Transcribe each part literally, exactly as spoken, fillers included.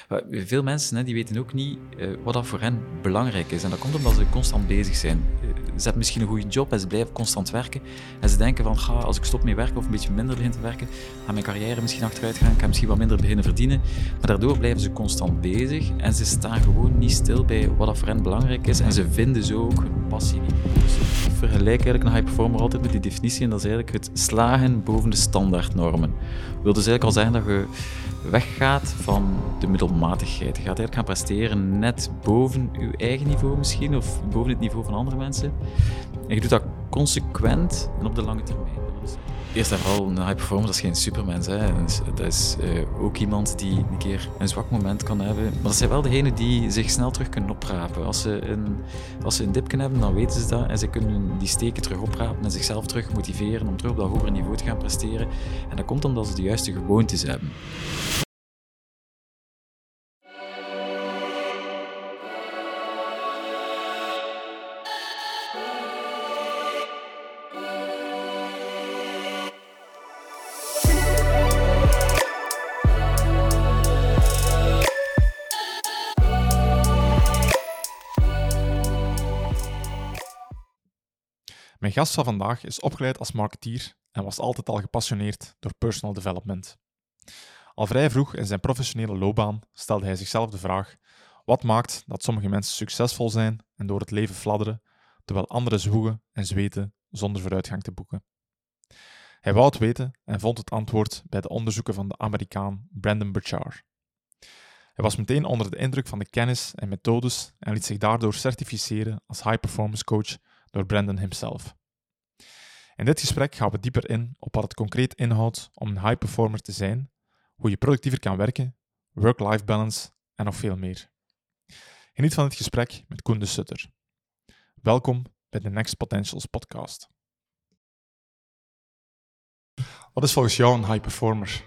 Maar veel mensen hè, die weten ook niet uh, wat dat voor hen belangrijk is. En dat komt omdat ze constant bezig zijn. Uh, ze hebben misschien een goede job en ze blijven constant werken. En ze denken van, ga, als ik stop met werken of een beetje minder begin te werken, gaat mijn carrière misschien achteruit gaan, ik ga misschien wat minder beginnen verdienen. Maar daardoor blijven ze constant bezig en ze staan gewoon niet stil bij wat dat voor hen belangrijk is. En ze vinden zo ook hun passie niet. Dus ik vergelijk eigenlijk een high performer altijd met die definitie en dat is eigenlijk het slagen boven de standaardnormen. Dat wil dus eigenlijk al zeggen dat je weggaat van de middelmatigheid. Je gaat eigenlijk gaan presteren net boven je eigen niveau misschien, of boven het niveau van andere mensen. En je doet dat consequent en op de lange termijn. Eerst en vooral, een high performer, dat is geen supermens. Hè. Dat is uh, ook iemand die een keer een zwak moment kan hebben. Maar dat zijn wel degenen die zich snel terug kunnen oprapen. Als ze een, als ze een dip kunnen hebben, dan weten ze dat. En ze kunnen die steken terug oprapen en zichzelf terug motiveren om terug op dat hogere niveau te gaan presteren. En dat komt omdat ze de juiste gewoontes hebben. Mijn gast van vandaag is opgeleid als marketeer en was altijd al gepassioneerd door personal development. Al vrij vroeg in zijn professionele loopbaan stelde hij zichzelf de vraag: wat maakt dat sommige mensen succesvol zijn en door het leven fladderen, terwijl anderen zwoegen en zweten zonder vooruitgang te boeken? Hij wou het weten en vond het antwoord bij de onderzoeken van de Amerikaan Brendon Burchard. Hij was meteen onder de indruk van de kennis en methodes en liet zich daardoor certificeren als high-performance coach door Brendon himself. In dit gesprek gaan we dieper in op wat het concreet inhoudt om een high performer te zijn, hoe je productiever kan werken, work-life balance en nog veel meer. Geniet van dit gesprek met Koen de Sutter. Welkom bij de Next Potentials podcast. Wat is volgens jou een high performer?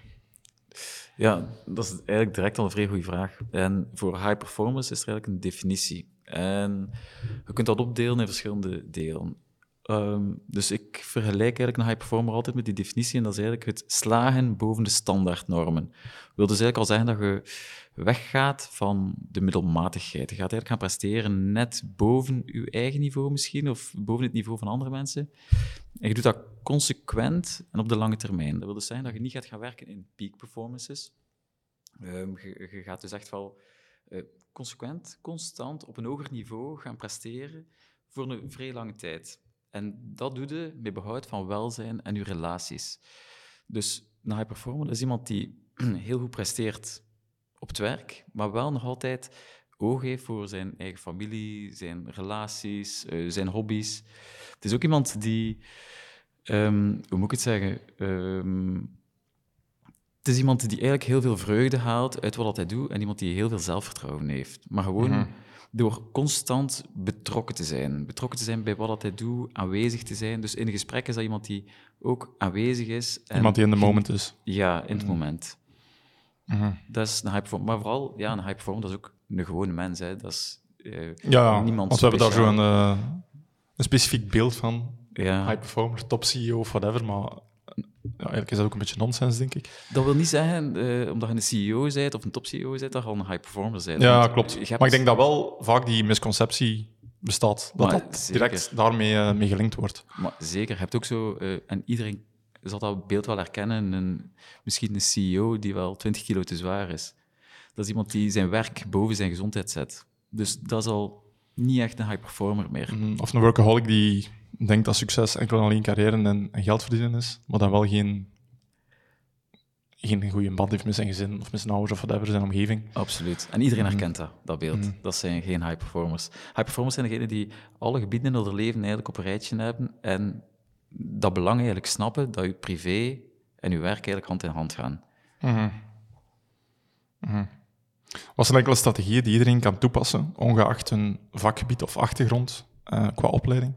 Ja, dat is eigenlijk direct al een vrij goede vraag. En voor high performance is er eigenlijk een definitie. En je kunt dat opdelen in verschillende delen. Um, dus ik vergelijk eigenlijk een high performer altijd met die definitie en dat is eigenlijk het slagen boven de standaardnormen. Dat wil dus eigenlijk al zeggen dat je weggaat van de middelmatigheid. Je gaat eigenlijk gaan presteren net boven je eigen niveau misschien, of boven het niveau van andere mensen. En je doet dat consequent en op de lange termijn. Dat wil dus zeggen dat je niet gaat gaan werken in peak performances. Um, je, je gaat dus echt wel uh, consequent, constant, op een hoger niveau gaan presteren voor een vrij lange tijd. En dat doe je met behoud van welzijn en je relaties. Dus een high performer is iemand die heel goed presteert op het werk, maar wel nog altijd oog heeft voor zijn eigen familie, zijn relaties, uh, zijn hobby's. Het is ook iemand die, um, hoe moet ik het zeggen, um, het is iemand die eigenlijk heel veel vreugde haalt uit wat hij doet en iemand die heel veel zelfvertrouwen heeft. Maar gewoon mm-hmm. door constant betrokken te zijn. Betrokken te zijn bij wat hij doet, aanwezig te zijn. Dus in een gesprek is dat iemand die ook aanwezig is. En iemand die in de moment is. Ja, in het mm-hmm. moment. Mm-hmm. Dat is een high performer. Maar vooral, ja, een high performer, dat is ook een gewone mens. Hè. Dat is uh, ja, niemand want we speciaal. hebben daar zo een, uh, een specifiek beeld van. Ja. High performer, top C E O of whatever, maar... Ja, eigenlijk is dat ook een beetje nonsens, denk ik. Dat wil niet zeggen, uh, omdat je een C E O bent of een top-C E O bent, dat je al een high performer bent. Ja, Want klopt. hebt... Maar ik denk dat wel vaak die misconceptie bestaat, dat maar dat direct daarmee uh, mee gelinkt wordt. Maar zeker, je hebt ook zo, uh, en iedereen zal dat beeld wel herkennen, een, misschien een C E O die wel twintig kilo te zwaar is. Dat is iemand die zijn werk boven zijn gezondheid zet. Dus dat is al niet echt een high performer meer. Mm, of een workaholic die denkt dat succes enkel en alleen carrière en, en geld verdienen is, maar dan wel geen... geen goede band heeft met zijn gezin of met zijn ouders of whatever, zijn omgeving. Absoluut. En iedereen mm-hmm. herkent dat, dat beeld. Mm-hmm. Dat zijn geen high performers. High performers zijn degenen die alle gebieden in hun leven eigenlijk op een rijtje hebben en dat belang eigenlijk snappen dat je privé en je werk eigenlijk hand in hand gaan. Mm-hmm. Mm-hmm. Wat zijn enkele strategieën die iedereen kan toepassen, ongeacht hun vakgebied of achtergrond uh, qua opleiding,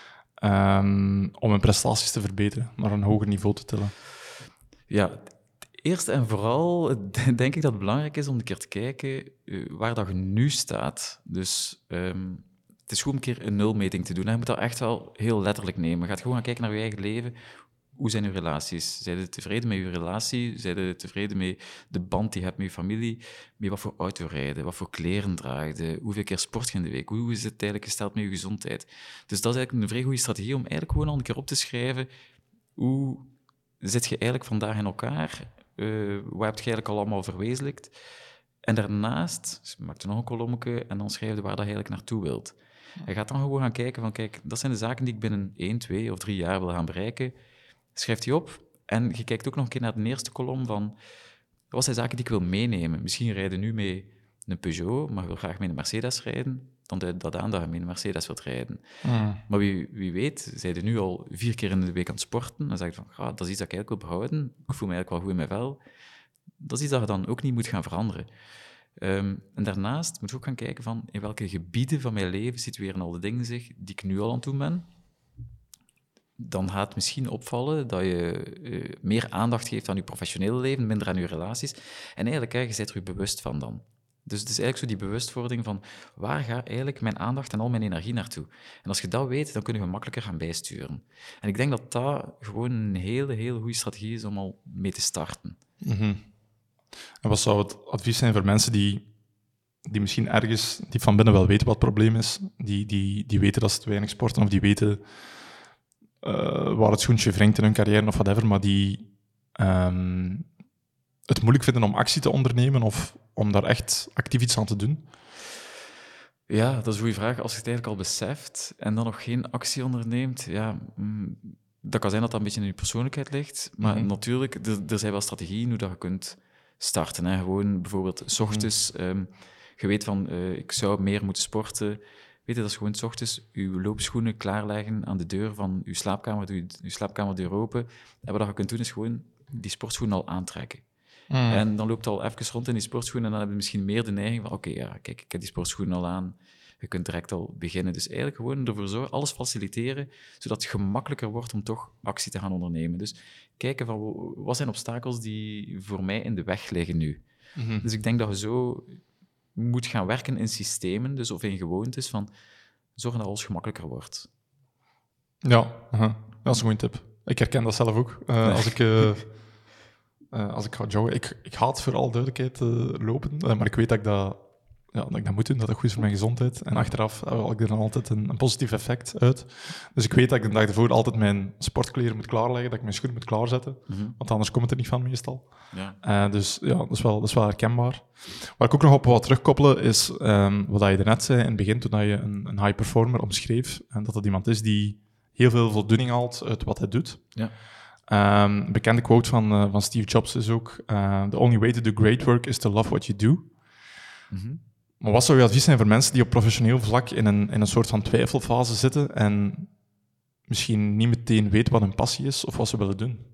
um, om hun prestaties te verbeteren, naar een hoger niveau te tillen? Ja, eerst en vooral denk ik dat het belangrijk is om een keer te kijken uh, waar dat je nu staat. Dus um, het is goed om een keer een nulmeting te doen. Hè. Je moet dat echt wel heel letterlijk nemen. Je gaat gewoon gaan kijken naar je eigen leven. hoe zijn uw relaties? Zijn je tevreden met uw relatie? Zijn je tevreden met de band die je hebt met je familie? Met wat voor auto rijden? Wat voor kleren draag je? Hoeveel keer sport je in de week? Hoe is het eigenlijk gesteld met je gezondheid? Dus dat is eigenlijk een vrij goede strategie om eigenlijk gewoon al een keer op te schrijven. Hoe zit je eigenlijk vandaag in elkaar? Uh, wat heb je eigenlijk al allemaal verwezenlijkt? En daarnaast maak je nog een kolommetje en dan schrijf je waar dat je eigenlijk naartoe wilt. Je gaat dan gewoon gaan kijken van, kijk, dat zijn de zaken die ik binnen één, twee of drie jaar wil gaan bereiken. Schrijf die op en je kijkt ook nog een keer naar de eerste kolom van, wat zijn zaken die ik wil meenemen? Misschien rijden nu mee een Peugeot, maar je wil graag met een Mercedes rijden. Dan duidt dat aan dat je met een Mercedes wilt rijden. Mm. Maar wie, wie weet, zijn je nu al vier keer in de week aan het sporten, dan zeg je van, ah, dat is iets dat ik eigenlijk wil behouden. Ik voel me eigenlijk wel goed in mijn vel. Dat is iets dat je dan ook niet moet gaan veranderen. Um, en daarnaast moet je ook gaan kijken van in welke gebieden van mijn leven situeren al de dingen zich die ik nu al aan het doen ben. Dan gaat het misschien opvallen dat je uh, meer aandacht geeft aan je professionele leven, minder aan je relaties. En eigenlijk, hè, je bent er je bewust van dan. Dus het is eigenlijk zo die bewustwording van waar gaat eigenlijk mijn aandacht en al mijn energie naartoe? En als je dat weet, dan kun je gemakkelijker gaan bijsturen. En ik denk dat dat gewoon een hele, hele goede strategie is om al mee te starten. Mm-hmm. En wat zou het advies zijn voor mensen die, die misschien ergens, die van binnen wel weten wat het probleem is, die, die, die weten dat ze te weinig sporten, of die weten uh, waar het schoentje wringt in hun carrière, of whatever, maar die um, het moeilijk vinden om actie te ondernemen, of om daar echt actief iets aan te doen? Ja, dat is een goede vraag. Als je het eigenlijk al beseft, en dan nog geen actie onderneemt, ja... Mm, dat kan zijn dat dat een beetje in je persoonlijkheid ligt, maar mm-hmm. natuurlijk, er, er zijn wel strategieën hoe dat je kunt starten. Hè. Gewoon bijvoorbeeld 's ochtends, um, je weet van, uh, ik zou meer moeten sporten. Weet je, dat is gewoon 's ochtends je loopschoenen klaarleggen aan de deur van je slaapkamer, doe je, je slaapkamerdeur open. En wat je kunt doen, is gewoon die sportschoenen al aantrekken. Mm. En dan loopt het al even rond in die sportschoenen en dan heb je misschien meer de neiging van, oké, okay, ja, kijk, ik heb die sportschoenen al aan. Je kunt direct al beginnen. Dus eigenlijk gewoon ervoor zorgen, alles faciliteren, zodat het gemakkelijker wordt om toch actie te gaan ondernemen. Dus kijken van, wat zijn obstakels die voor mij in de weg liggen nu? Mm-hmm. Dus ik denk dat je zo moet gaan werken in systemen, dus of in gewoontes, van zorgen dat alles gemakkelijker wordt. Ja, uh-huh. Dat is een goede tip. Ik herken dat zelf ook. Uh, nee. Als ik... Uh... Uh, als ik ga joggen, ik, ik haat voor alle duidelijkheid uh, lopen, uh, maar ik weet dat ik dat, ja, dat ik dat moet doen, dat dat goed is voor mijn gezondheid. En achteraf haal ik er dan altijd een, een positief effect uit. Dus ik weet dat ik de dag ervoor altijd mijn sportkleren moet klaarleggen, dat ik mijn schoenen moet klaarzetten, mm-hmm. want anders komt het er niet van meestal. Ja. Uh, dus ja, dat is, wel, dat is wel herkenbaar. Waar ik ook nog op wat terugkoppelen is um, wat je daarnet zei in het begin, toen je een, een high performer omschreef, en dat dat iemand is die heel veel voldoening haalt uit wat hij doet. Ja. Um, een bekende quote van, uh, van Steve Jobs is ook uh, the only way to do great work is to love what you do. Mm-hmm. Maar wat zou je advies zijn voor mensen die op professioneel vlak in een, in een soort van twijfelfase zitten en misschien niet meteen weten wat hun passie is of wat ze willen doen?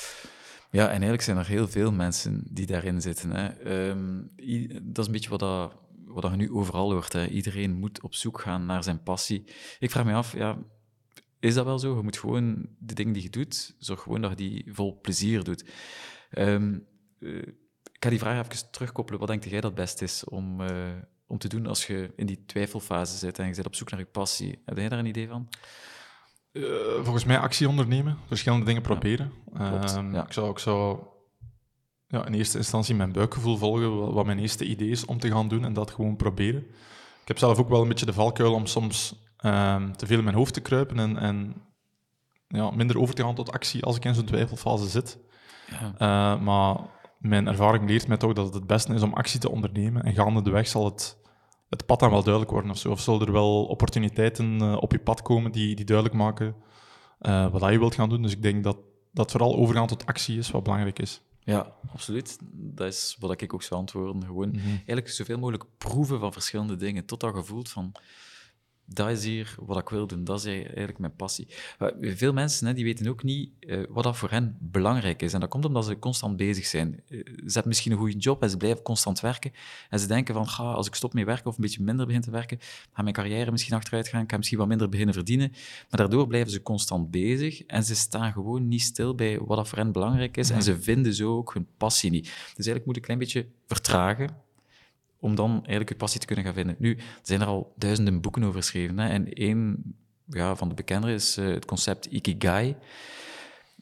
Ja, en eigenlijk zijn er heel veel mensen die daarin zitten. Hè. Um, i- dat is een beetje wat, dat, wat dat je nu overal hoort. Hè. Iedereen moet op zoek gaan naar zijn passie. Ik vraag me af... Ja, is dat wel zo? Je moet gewoon de dingen die je doet, zorg gewoon dat je die vol plezier doet. Um, uh, ik ga die vraag even terugkoppelen. Wat denk jij dat het best is om, uh, om te doen als je in die twijfelfase zit en je bent op zoek naar je passie? Heb jij daar een idee van? Uh, volgens mij actie ondernemen, verschillende dingen proberen. Ja, um, ja. Ik zou, ik zou ja, in eerste instantie mijn buikgevoel volgen, wat mijn eerste idee is om te gaan doen en dat gewoon proberen. Ik heb zelf ook wel een beetje de valkuil om soms... Um, te veel in mijn hoofd te kruipen en, en ja, minder over te gaan tot actie als ik in zo'n twijfelfase zit. Ja. Uh, maar mijn ervaring leert mij toch dat het het beste is om actie te ondernemen en gaande de weg zal het, het pad dan wel duidelijk worden of zo. Of zullen er wel opportuniteiten uh, op je pad komen die, die duidelijk maken uh, wat je wilt gaan doen. Dus ik denk dat, dat vooral overgaan tot actie is wat belangrijk is. Ja, absoluut. Dat is wat ik ook zou antwoorden. Gewoon mm-hmm. eigenlijk zoveel mogelijk proeven van verschillende dingen, totdat je voelt van... Dat is hier wat ik wil doen, dat is eigenlijk mijn passie. Veel mensen hè, die weten ook niet uh, wat dat voor hen belangrijk is. En dat komt omdat ze constant bezig zijn. Uh, ze hebben misschien een goede job en ze blijven constant werken. En ze denken van, ga, als ik stop met werken of een beetje minder begin te werken, gaat mijn carrière misschien achteruit gaan, ik ga misschien wat minder beginnen verdienen. Maar daardoor blijven ze constant bezig en ze staan gewoon niet stil bij wat dat voor hen belangrijk is. En ze vinden zo ook hun passie niet. Dus eigenlijk moet ik een klein beetje vertragen, om dan eigenlijk je passie te kunnen gaan vinden. Nu, er zijn er al duizenden boeken over geschreven. Hè? En één ja, van de bekendere is uh, het concept Ikigai.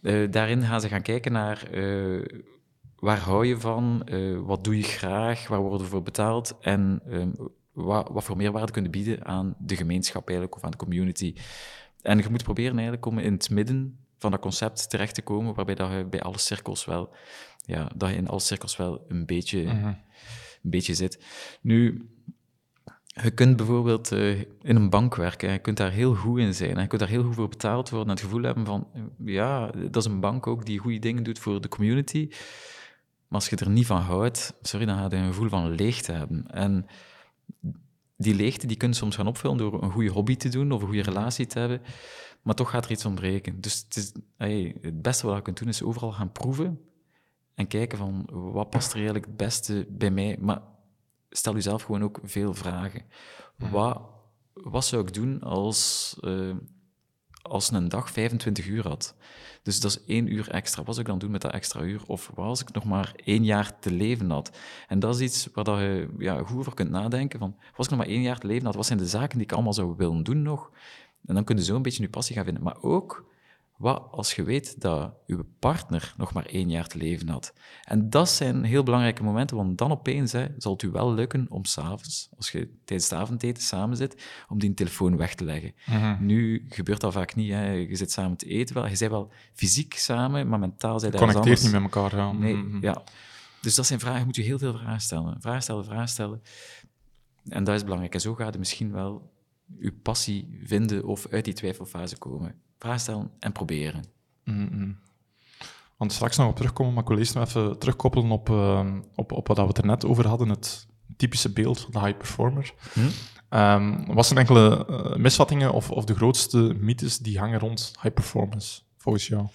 Uh, daarin gaan ze gaan kijken naar uh, waar hou je van, uh, wat doe je graag, waar worden we voor betaald en uh, wat, wat voor meerwaarde kunnen bieden aan de gemeenschap eigenlijk, of aan de community. En je moet proberen eigenlijk om in het midden van dat concept terecht te komen, waarbij dat je bij alle cirkels wel, ja, dat je in alle cirkels wel een beetje, mm-hmm. een beetje zit. Nu, je kunt bijvoorbeeld uh, in een bank werken, je kunt daar heel goed in zijn, en je kunt daar heel goed voor betaald worden en het gevoel hebben van, ja, dat is een bank ook die goede dingen doet voor de community, maar als je er niet van houdt, sorry, dan ga je een gevoel van leegte hebben. En die leegte die kun je soms gaan opvullen door een goede hobby te doen of een goede relatie te hebben, maar toch gaat er iets ontbreken. Dus het, is, hey, het beste wat je kunt doen is overal gaan proeven en kijken van wat past er eigenlijk het beste bij mij. Maar stel jezelf gewoon ook veel vragen. Mm. Wat, wat zou ik doen als, uh, als een dag vijfentwintig uur had? Dus dat is één uur extra. Wat zou ik dan doen met dat extra uur? Of wat als ik nog maar één jaar te leven had? En dat is iets waar je ja, goed over kunt nadenken. Van, als ik nog maar één jaar te leven had, wat zijn de zaken die ik allemaal zou willen doen nog? En dan kun je zo een beetje je passie gaan vinden. Maar ook, wat als je weet dat je partner nog maar één jaar te leven had? En dat zijn heel belangrijke momenten, want dan opeens hè, zal het u wel lukken om s'avonds, als je tijdens het avondeten samen zit, om die telefoon weg te leggen. Mm-hmm. Nu gebeurt dat vaak niet. Hè. Je zit samen te eten, wel. Je bent wel fysiek samen, maar mentaal zijn je connecteert niet met elkaar. Ja. Nee, mm-hmm. ja. Dus dat zijn vragen, je moet je heel veel vragen stellen. Vragen stellen, vragen stellen. En dat is belangrijk. En zo ga je misschien wel je passie vinden of uit die twijfelfase komen. Vragen stellen en proberen. Mm-hmm. Want straks nog op terugkomen, maar ik wil eerst nog even terugkoppelen op, uh, op, op wat we het er net over hadden, het typische beeld van de high performer. Hm? Um, wat zijn enkele uh, misvattingen of, of de grootste mythes die hangen rond high performance, volgens jou?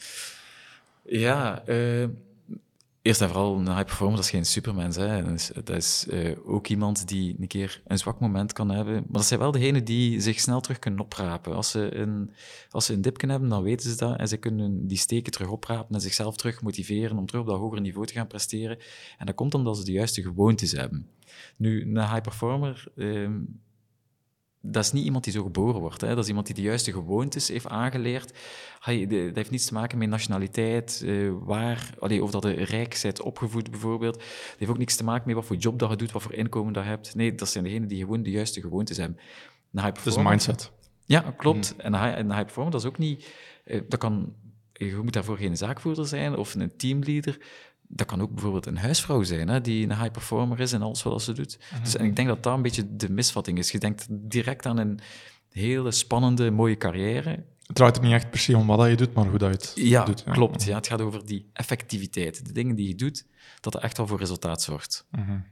Ja, uh, eerst en vooral, een high performer, dat is geen supermens. Hè. Dat is, dat is uh, ook iemand die een keer een zwak moment kan hebben. Maar dat zijn wel degenen die zich snel terug kunnen oprapen. Als ze een, als ze een dip kunnen hebben, dan weten ze dat. En ze kunnen die steken terug oprapen en zichzelf terug motiveren om terug op dat hogere niveau te gaan presteren. En dat komt omdat ze de juiste gewoontes hebben. Nu, een high performer... Uh, dat is niet iemand die zo geboren wordt. Hè. Dat is iemand die de juiste gewoontes heeft aangeleerd. Hey, de, dat heeft niets te maken met nationaliteit, uh, waar, allee, of dat je rijk bent opgevoed bijvoorbeeld. Dat heeft ook niks te maken met wat voor job dat je doet, wat voor inkomen dat je hebt. Nee, dat zijn degenen die gewoon de juiste gewoontes hebben. Dat is een mindset. Ja, klopt. Mm. En een high, een high performer, dat is ook niet... Uh, dat kan, je moet daarvoor geen zaakvoerder zijn of een teamleader. Dat kan ook bijvoorbeeld een huisvrouw zijn, hè, die een high performer is en alles wat ze doet. Mm-hmm. Dus, en ik denk dat dat een beetje de misvatting is. Je denkt direct aan een hele spannende, mooie carrière. Het draait er niet echt per se om wat je doet, maar hoe dat je het ja, doet. Ja, klopt. Ja, het gaat over die effectiviteit. De dingen die je doet, dat er echt wel voor resultaat zorgt. Mm-hmm.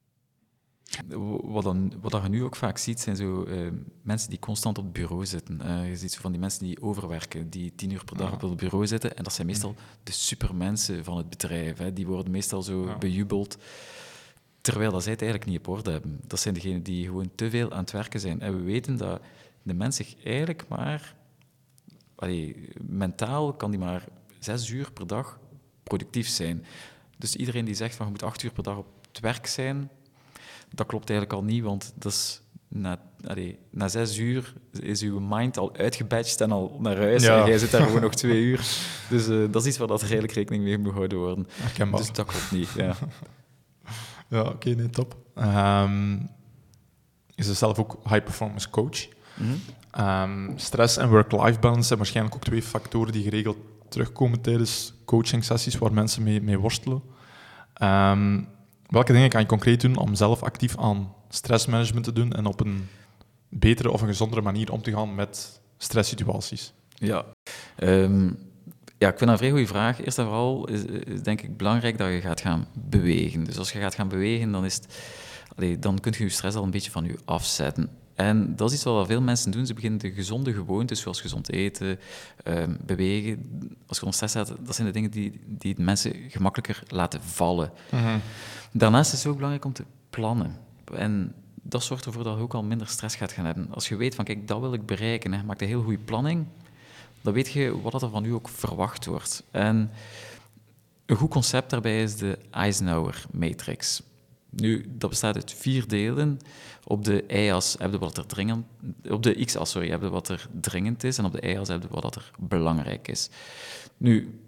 Wat, dan, wat je nu ook vaak ziet, zijn zo uh, mensen die constant op het bureau zitten. Uh, je ziet zo van die mensen die overwerken, die tien uur per dag ja. op het bureau zitten. En dat zijn meestal de supermensen van het bedrijf. Hè. Die worden meestal zo ja. bejubeld, terwijl dat zij het eigenlijk niet op orde hebben. Dat zijn degenen die gewoon te veel aan het werken zijn. En we weten dat de mens zich eigenlijk maar... Allee, mentaal kan die maar zes uur per dag productief zijn. Dus iedereen die zegt van je moet acht uur per dag op het werk zijn... Dat klopt eigenlijk al niet, want dat is na, allee, na zes uur is uw mind al uitgebadged en al naar huis. Ja. En jij zit daar gewoon nog twee uur. Dus uh, dat is iets waar dat er eigenlijk rekening mee moet gehouden worden. Herkenbaar. Dus dat klopt niet, ja. Ja, oké, okay, nee, top. Um, is er zelf ook high-performance coach. Mm-hmm. Um, stress en work-life balance zijn waarschijnlijk ook twee factoren die geregeld terugkomen tijdens coaching-sessies waar mensen mee, mee worstelen. Um, Welke dingen kan je concreet doen om zelf actief aan stressmanagement te doen en op een betere of een gezondere manier om te gaan met stresssituaties? Ja, um, ja ik vind dat een vrij goede vraag. Eerst en vooral is, is denk ik belangrijk dat je gaat gaan bewegen. Dus als je gaat gaan bewegen, dan, is het, allee, dan kun je je stress al een beetje van je afzetten. En dat is iets wat veel mensen doen. Ze beginnen de gezonde gewoontes, zoals gezond eten, um, bewegen. Als je onder stress hebt, dat zijn de dingen die, die mensen gemakkelijker laten vallen. Mm-hmm. Daarnaast is het ook belangrijk om te plannen. En dat zorgt ervoor dat je ook al minder stress gaat gaan hebben. Als je weet van, kijk, dat wil ik bereiken, hè, maak een heel goede planning, dan weet je wat er van u ook verwacht wordt. En een goed concept daarbij is de Eisenhower Matrix. Nu, dat bestaat uit vier delen. Op de y-as heb je wat er dringend... Op de x-as, sorry, heb je wat er dringend is. En op de y-as heb je wat er belangrijk is. Nu,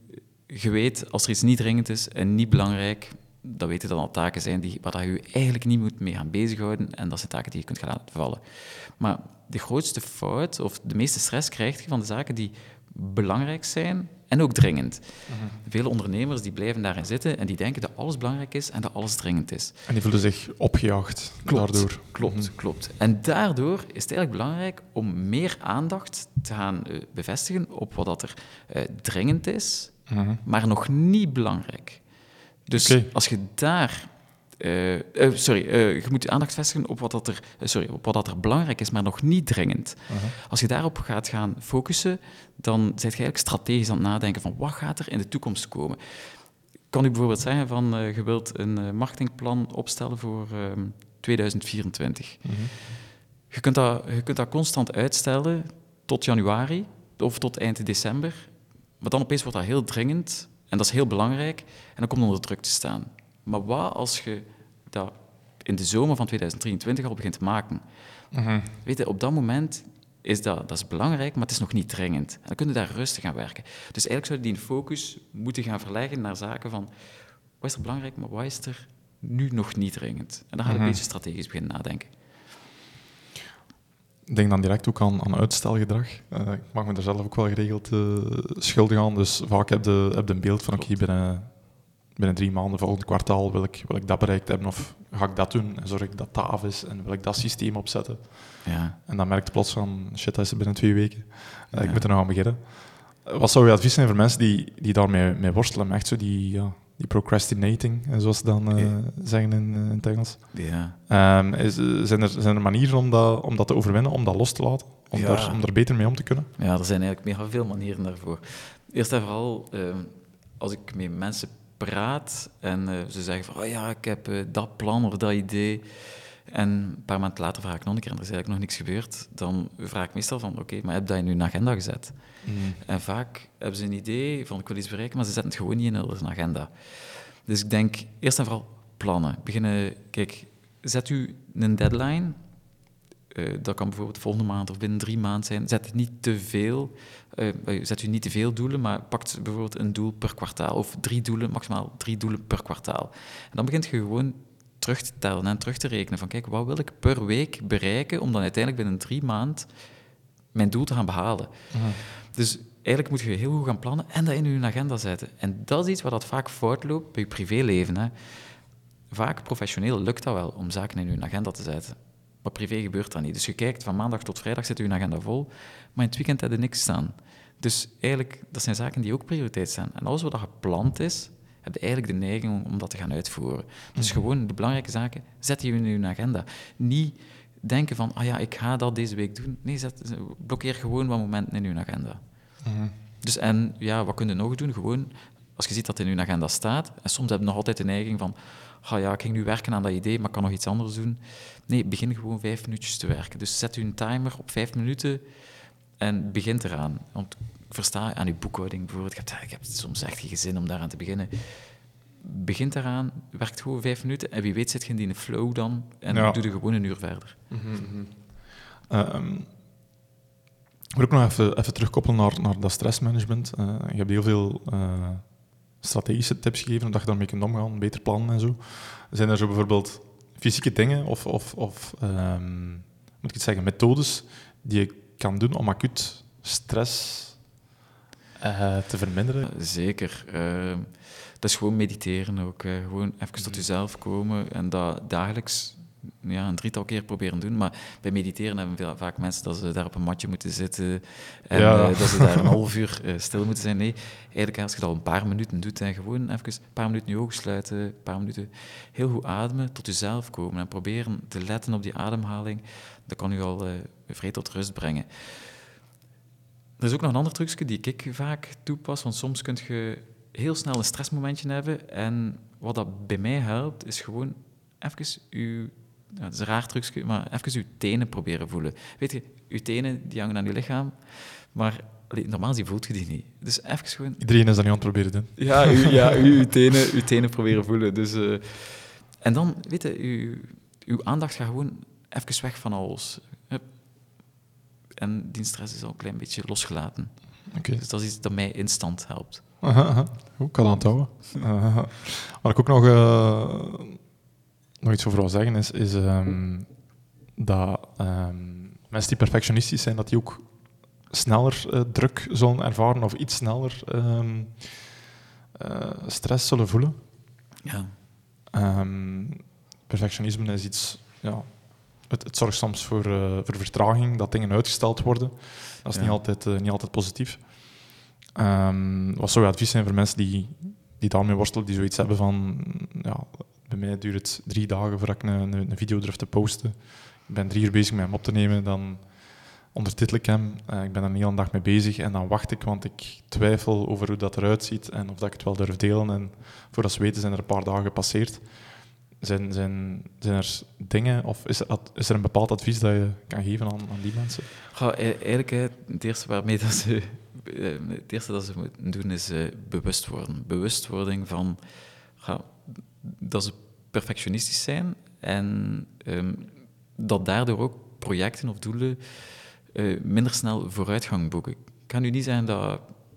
je weet, als er iets niet dringend is en niet belangrijk, dan weet je dat al taken zijn die, waar je je eigenlijk niet moet mee gaan bezighouden en dat zijn taken die je kunt gaan laten vallen. Maar de grootste fout, of de meeste stress krijg je van de zaken die belangrijk zijn en ook dringend. Uh-huh. Veel ondernemers die blijven daarin zitten en die denken dat alles belangrijk is en dat alles dringend is. En die voelen zich opgejaagd klopt, daardoor. Klopt, uh-huh. klopt. En daardoor is het eigenlijk belangrijk om meer aandacht te gaan uh, bevestigen op wat dat er uh, dringend is, uh-huh. maar nog niet belangrijk. Dus okay. als je daar... Uh, uh, sorry, uh, je moet je aandacht vestigen op wat, dat er, uh, sorry, op wat dat er belangrijk is, maar nog niet dringend. Uh-huh. Als je daarop gaat gaan focussen, dan ben je eigenlijk strategisch aan het nadenken van wat gaat er in de toekomst komen. Ik kan u bijvoorbeeld zeggen van, uh, je wilt een uh, marketingplan opstellen voor uh, tweeduizend vierentwintig. Uh-huh. Je kunt dat, je kunt dat constant uitstellen tot januari of tot eind december, maar dan opeens wordt dat heel dringend en dat is heel belangrijk en dan komt het onder druk te staan. Maar wat als je dat in de zomer van tweeduizend drieëntwintig al begint te maken? Uh-huh. Weet je, op dat moment is dat, dat is belangrijk, maar het is nog niet dringend. En dan kun je daar rustig aan werken. Dus eigenlijk zou je die focus moeten gaan verleggen naar zaken van wat is er belangrijk, maar wat is er nu nog niet dringend? En dan ga je uh-huh. een beetje strategisch beginnen nadenken. Ik denk dan direct ook aan, aan uitstelgedrag. Uh, ik mag me daar zelf ook wel geregeld uh, schuldig aan. Dus vaak heb je, heb je een beeld van, oké, okay, binnen... binnen drie maanden, volgend kwartaal, wil ik, wil ik dat bereikt hebben of ga ik dat doen en zorg ik dat dat af is en wil ik dat systeem opzetten. Ja. En dan merk je plots van, shit, dat is er binnen twee weken. Uh, ja. Ik moet er nog aan beginnen. Uh, wat zou je advies zijn voor mensen die, die daarmee mee worstelen, echt zo die, ja, die procrastinating, zoals ze dan uh, ja. zeggen in, in het Engels. Ja. Um, is, zijn, er, zijn er manieren om dat, om dat te overwinnen, om dat los te laten, om, ja. daar, om er beter mee om te kunnen? Ja, er zijn eigenlijk mega veel manieren daarvoor. Eerst en vooral, uh, als ik met mensen praat en uh, ze zeggen van, oh ja, ik heb uh, dat plan of dat idee. En een paar maanden later vraag ik nog een keer en er is eigenlijk nog niks gebeurd. Dan vraag ik meestal van, oké, okay, maar heb je dat in je agenda gezet? Mm. En vaak hebben ze een idee van, ik wil iets bereiken, maar ze zetten het gewoon niet in hun agenda. Dus ik denk, eerst en vooral plannen. Beginnen, kijk, zet u een deadline. Uh, dat kan bijvoorbeeld volgende maand of binnen drie maanden zijn. Zet niet te veel, uh, zet u niet te veel doelen, maar pak bijvoorbeeld een doel per kwartaal of drie doelen, maximaal drie doelen per kwartaal. En dan begint je gewoon terug te tellen en terug te rekenen van kijk, wat wil ik per week bereiken om dan uiteindelijk binnen drie maanden mijn doel te gaan behalen. Uh-huh. Dus eigenlijk moet je heel goed gaan plannen en dat in je agenda zetten. En dat is iets waar dat vaak fout loopt bij je privéleven. Hè. Vaak professioneel lukt dat wel om zaken in je agenda te zetten. Maar privé gebeurt dat niet. Dus je kijkt, van maandag tot vrijdag zit je agenda vol, maar in het weekend heb je niks staan. Dus eigenlijk, dat zijn zaken die ook prioriteit zijn. En alles wat gepland is, heb je eigenlijk de neiging om, om dat te gaan uitvoeren. Dus mm-hmm. gewoon de belangrijke zaken, zet je in je agenda. Niet denken van, ah ja, ik ga dat deze week doen. Nee, zet, blokkeer gewoon wat momenten in je agenda. Mm-hmm. Dus en ja, wat kun je nog doen? Gewoon, als je ziet dat het in je agenda staat, en soms heb je nog altijd de neiging van, ah ja, ik ging nu werken aan dat idee, maar ik kan nog iets anders doen. Nee, begin gewoon vijf minuutjes te werken. Dus zet u een timer op vijf minuten en begin eraan. Want ik versta aan uw boekhouding bijvoorbeeld, ik heb, ik heb soms echt geen zin om daaraan te beginnen. Begin eraan, werkt gewoon vijf minuten en wie weet zit je in die flow dan en ja. doe er gewoon een uur verder. Mm-hmm. Uh, um, ik wil ook nog even, even terugkoppelen naar, naar dat stressmanagement. Uh, je hebt heel veel uh, strategische tips gegeven, hoe je daarmee kunt omgaan, beter plannen en zo. Zijn er zo bijvoorbeeld fysieke dingen of, of, of um, moet ik het zeggen, methodes die je kan doen om acuut stress uh, te verminderen? Zeker. Uh, dat is gewoon mediteren ook. Uh, gewoon even tot jezelf komen en dat dagelijks ja, een drietal keer proberen doen. Maar bij mediteren hebben veel, vaak mensen dat ze daar op een matje moeten zitten en ja. uh, dat ze daar een half uur uh, stil moeten zijn. Nee, eigenlijk als je dat al een paar minuten doet en gewoon even een paar minuten je ogen sluiten, een paar minuten heel goed ademen, tot jezelf komen en proberen te letten op die ademhaling, dat kan u al uh, vrij tot rust brengen. Er is ook nog een ander trucje die ik vaak toepas, want soms kun je heel snel een stressmomentje hebben en wat dat bij mij helpt, is gewoon even uw Ja, dat is een raar trucje, maar even je tenen proberen voelen. Weet je, je tenen die hangen aan je lichaam, maar allee, normaal voelt je die niet. Dus even gewoon... Iedereen is dat nu aan het proberen doen. Ja, u, ja u, uw, tenen, uw tenen proberen voelen. Dus, uh, en dan, weet je, uw, uw aandacht gaat gewoon even weg van alles. Hup. En die stress is al een klein beetje losgelaten. Okay. Dus dat is iets dat mij instant helpt. Aha, aha. Goed, ik kan aan het houden. Uh, wat ik ook nog, uh, nog iets over wil zeggen, is, is um, dat um, mensen die perfectionistisch zijn, dat die ook sneller uh, druk zullen ervaren of iets sneller um, uh, stress zullen voelen. Ja. Um, perfectionisme is iets... Ja, het, het zorgt soms voor, uh, voor vertraging, dat dingen uitgesteld worden. Dat is Ja. niet, altijd, uh, niet altijd positief. Um, wat zou je advies zijn voor mensen die, die daarmee worstelen, die zoiets hebben van... Ja, bij mij duurt het drie dagen voordat ik een, een, een video durf te posten. Ik ben drie uur bezig met hem op te nemen, dan ondertitel ik hem. Uh, ik ben er een hele dag mee bezig en dan wacht ik, want ik twijfel over hoe dat eruit ziet en of dat ik het wel durf delen. En voordat ze weten zijn er een paar dagen gepasseerd. Zijn, zijn, zijn er dingen, of is er, is er een bepaald advies dat je kan geven aan, aan die mensen? Ja, eigenlijk, het eerste waarmee dat ze, het eerste dat ze moeten doen is uh, bewust worden. Bewustwording van ja, dat ze perfectionistisch zijn en um, dat daardoor ook projecten of doelen uh, minder snel vooruitgang boeken. Ik kan nu niet zeggen dat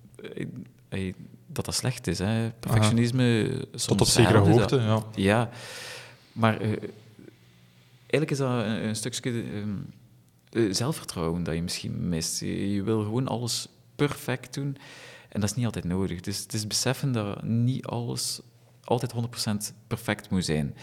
uh, dat, dat slecht is. Hè. Perfectionisme... Soms tot op zekere hoogte, ja. Ja, maar uh, eigenlijk is dat een, een stukje um, uh, zelfvertrouwen dat je misschien mist. Je, je wil gewoon alles perfect doen en dat is niet altijd nodig. Dus het is beseffen dat niet alles altijd honderd procent perfect moet zijn.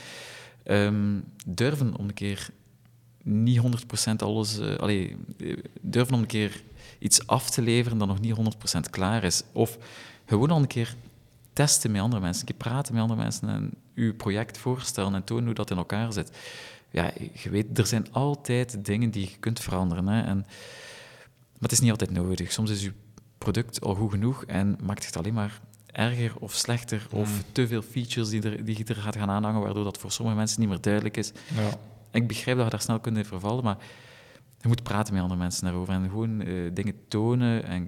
Um, durven om een keer niet honderd procent alles... Uh, allee, durven om een keer iets af te leveren dat nog niet honderd procent klaar is. Of gewoon al een keer testen met andere mensen, een keer praten met andere mensen en je project voorstellen en tonen hoe dat in elkaar zit. Ja, je weet, er zijn altijd dingen die je kunt veranderen. Hè, en, maar het is niet altijd nodig. Soms is je product al goed genoeg en maakt het alleen maar erger of slechter mm. of te veel features die, er, die je er gaat gaan aanhangen, waardoor dat voor sommige mensen niet meer duidelijk is. Ja. Ik begrijp dat je daar snel kunt in vervallen, maar je moet praten met andere mensen daarover en gewoon uh, dingen tonen. En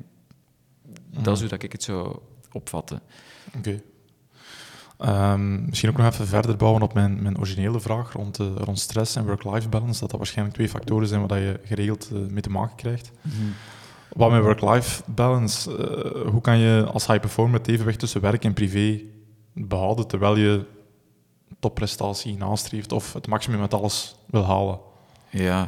mm. dat is hoe dat ik het zou opvatten. Oké. Okay. Um, misschien ook nog even verder bouwen op mijn, mijn originele vraag rond, uh, rond stress en work-life balance. Dat dat waarschijnlijk twee factoren zijn waar je geregeld uh, mee te maken krijgt. Mm-hmm. Wat met work-life balance, uh, hoe kan je als high performer het evenwicht tussen werk en privé behouden terwijl je topprestatie nastreeft of het maximum met alles wil halen? Ja,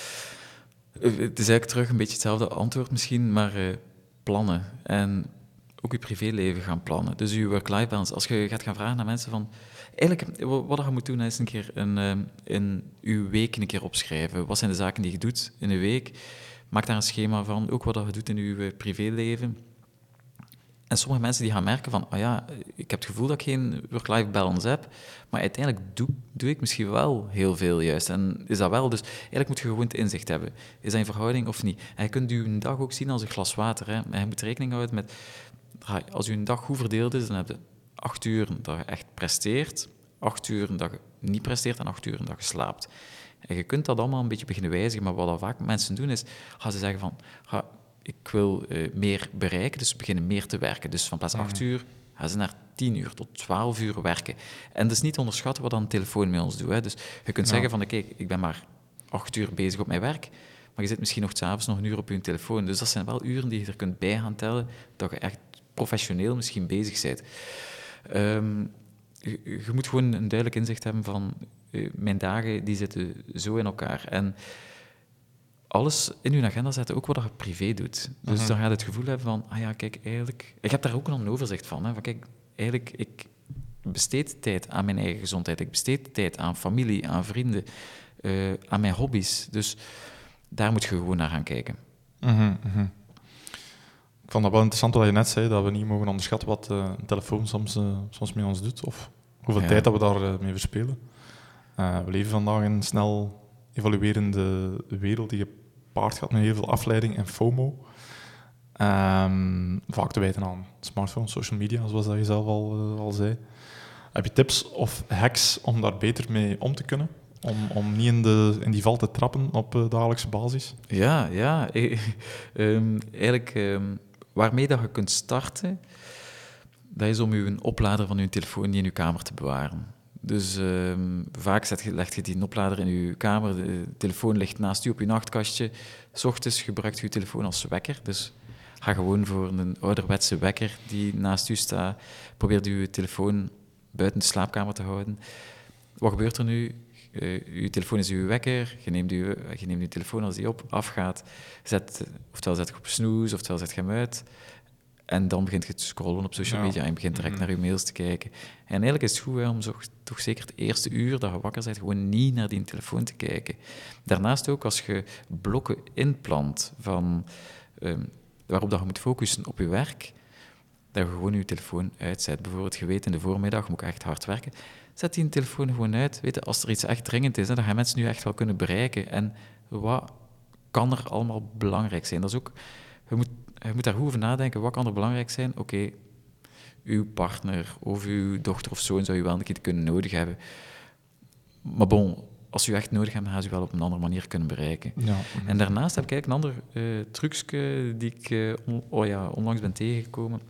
het is eigenlijk terug een beetje hetzelfde antwoord misschien, maar uh, plannen en ook je privéleven gaan plannen. Dus je work-life balance. Als je gaat gaan vragen naar mensen van... Eigenlijk, wat je moet doen, is een keer een, uh, in je week een keer opschrijven. Wat zijn de zaken die je doet in een week? Maak daar een schema van, ook wat je doet in je uh, privéleven. En sommige mensen die gaan merken van, oh ja, ik heb het gevoel dat ik geen work-life balance heb, maar uiteindelijk doe, doe ik misschien wel heel veel juist. En is dat wel, dus eigenlijk moet je gewoon het inzicht hebben. Is dat in verhouding of niet? En je kunt je dag ook zien als een glas water. Hè. En je moet rekening houden met, als je een dag goed verdeeld is, dan heb je acht uur dat je echt presteert, acht uur dat je niet presteert en acht uur dat je slaapt. En je kunt dat allemaal een beetje beginnen wijzigen, maar wat dat vaak mensen doen is, gaan ze zeggen van, ga, ik wil uh, meer bereiken, dus beginnen meer te werken. Dus van plaats acht uur gaan ze naar tien uur tot twaalf uur werken. En dat is niet onderschatten wat dan een telefoon met ons doet. Hè. Dus je kunt ja. zeggen van, kijk, ik ben maar acht uur bezig op mijn werk, maar je zit misschien nog 's avonds nog een uur op je telefoon. Dus dat zijn wel uren die je er kunt bij gaan tellen, dat je echt professioneel misschien bezig bent. Um, je, je moet gewoon een duidelijk inzicht hebben van, uh, mijn dagen die zitten zo in elkaar. En alles in je agenda zetten, ook wat je privé doet. Dus uh-huh. dan ga je het gevoel hebben van, ah ja, kijk, eigenlijk... Ik heb daar ook al een overzicht van. Hè, van kijk, eigenlijk, ik besteed tijd aan mijn eigen gezondheid. Ik besteed tijd aan familie, aan vrienden, uh, aan mijn hobby's. Dus daar moet je gewoon naar gaan kijken. Uh-huh, uh-huh. Ik vond dat wel interessant wat je net zei, dat we niet mogen onderschatten wat uh, een telefoon soms, uh, soms met ons doet, of hoeveel ja. tijd dat we daarmee uh, verspelen. Uh, we leven vandaag in een snel evoluerende wereld die gepaard gaat met heel veel afleiding en FOMO. Um, vaak te wijten aan smartphones, social media, zoals dat je zelf al, uh, al zei. Heb je tips of hacks om daar beter mee om te kunnen? Om, om niet in, de, in die val te trappen op uh, dagelijkse basis? Ja, ja. um, eigenlijk, um, waarmee dat je kunt starten, dat is om je een oplader van je telefoon niet in je kamer te bewaren. Dus uh, vaak zet je, leg je die oplader in je kamer, de telefoon ligt naast je op je nachtkastje. 's Ochtends gebruikt je je telefoon als wekker. Dus Ga gewoon voor een ouderwetse wekker die naast u staat. Probeer uw telefoon buiten de slaapkamer te houden. Wat gebeurt er nu? Uh, uw telefoon is uw wekker, je neemt uw, je neemt uw telefoon als die op, afgaat. Zet, oftewel zet je op snooze, oftewel zet je hem uit. En dan begint je te scrollen op social media ja. en je begint direct mm-hmm. naar je mails te kijken. En eigenlijk is het goed hè, om zo, toch zeker het eerste uur dat je wakker bent, gewoon niet naar die telefoon te kijken. Daarnaast ook, als je blokken inplant van, um, waarop dat je moet focussen op je werk, dat je gewoon je telefoon uitzet. Bijvoorbeeld, je weet in de voormiddag moet ik echt hard werken. Zet die telefoon gewoon uit. Weet je, als er iets echt dringend is, hè, dan gaan mensen nu echt wel kunnen bereiken. En wat kan er allemaal belangrijk zijn? Dat is ook, je, moet, je moet daar goed over nadenken. Wat kan er belangrijk zijn? Oké, okay, uw partner of uw dochter of zoon zou je wel een keer kunnen nodig hebben. Maar bon, als je echt nodig hebt, dan gaan ze je wel op een andere manier kunnen bereiken. Ja. En daarnaast heb ik eigenlijk een ander uh, trucje die ik uh, on, oh ja, onlangs ben tegengekomen.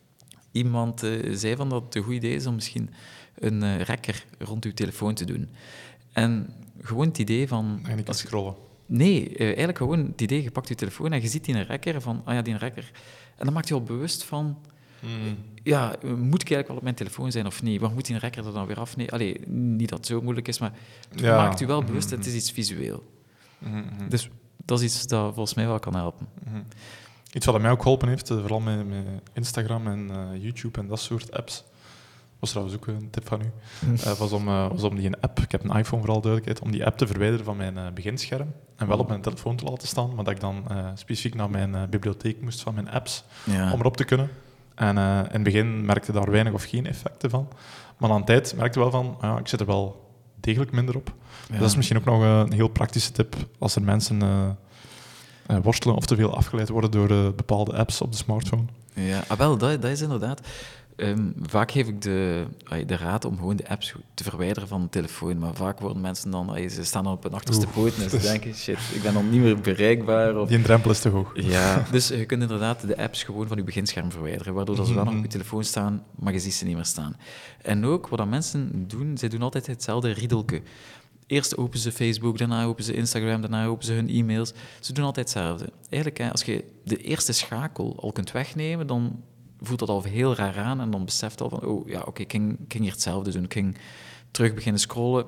Iemand uh, zei van dat het een goed idee is om misschien een uh, rekker rond uw telefoon te doen. En gewoon het idee van... En niet scrollen. Nee, uh, eigenlijk gewoon het idee, je pakt je telefoon en je ziet die een rekker van, ah ja, die een rekker. En dan maakt je al bewust van, mm. ja, moet ik eigenlijk wel op mijn telefoon zijn of niet? Waar moet die een rekker er dan weer af? Nee, allee, niet dat het zo moeilijk is, maar het ja. maakt je wel bewust, mm-hmm. het is iets visueel. Mm-hmm. Dus dat is iets dat volgens mij wel kan helpen. Mm-hmm. Iets wat mij ook geholpen heeft, vooral met, met Instagram en uh, YouTube en dat soort apps, was trouwens ook een tip van u, uh, was, om, uh, was om die een app, ik heb een iPhone vooral duidelijkheid, om die app te verwijderen van mijn uh, beginscherm en wel op mijn telefoon te laten staan, maar dat ik dan uh, specifiek naar mijn uh, bibliotheek moest van mijn apps, ja. om erop te kunnen. En uh, in het begin merkte daar weinig of geen effecten van, maar aan de tijd merkte ik wel van, ja, ik zit er wel degelijk minder op. Ja. Dus dat is misschien ook nog een heel praktische tip als er mensen... Uh, Uh, worstelen of te veel afgeleid worden door uh, bepaalde apps op de smartphone. Ja, ah, wel, dat, dat is inderdaad... Um, vaak geef ik de, uh, de raad om gewoon de apps te verwijderen van de telefoon, maar vaak worden mensen dan... Uh, ze staan dan op hun achterste poten en ze denken, shit, ik ben dan niet meer bereikbaar. Of... Die drempel is te hoog. Ja, dus uh, je kunt inderdaad de apps gewoon van je beginscherm verwijderen, waardoor dat ze wel nog op je telefoon staan, maar je ziet ze niet meer staan. En ook, wat dat mensen doen, zij doen altijd hetzelfde riedelke. Eerst openen ze Facebook, daarna openen ze Instagram, daarna openen ze hun e-mails. Ze doen altijd hetzelfde. Eigenlijk, als je de eerste schakel al kunt wegnemen, dan voelt dat al heel raar aan en dan beseft je al van, oh ja, oké, okay, ik, ging, ik ging hier hetzelfde doen. Ik ging terug beginnen scrollen.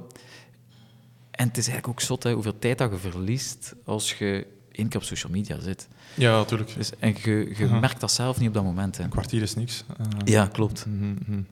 En het is eigenlijk ook zot, hè, hoeveel tijd dat je verliest als je één keer op social media zit. Ja, natuurlijk. Dus, en je, je uh-huh. merkt dat zelf niet op dat moment. Hè. Een kwartier is niks. Uh, ja, klopt. Mm-hmm.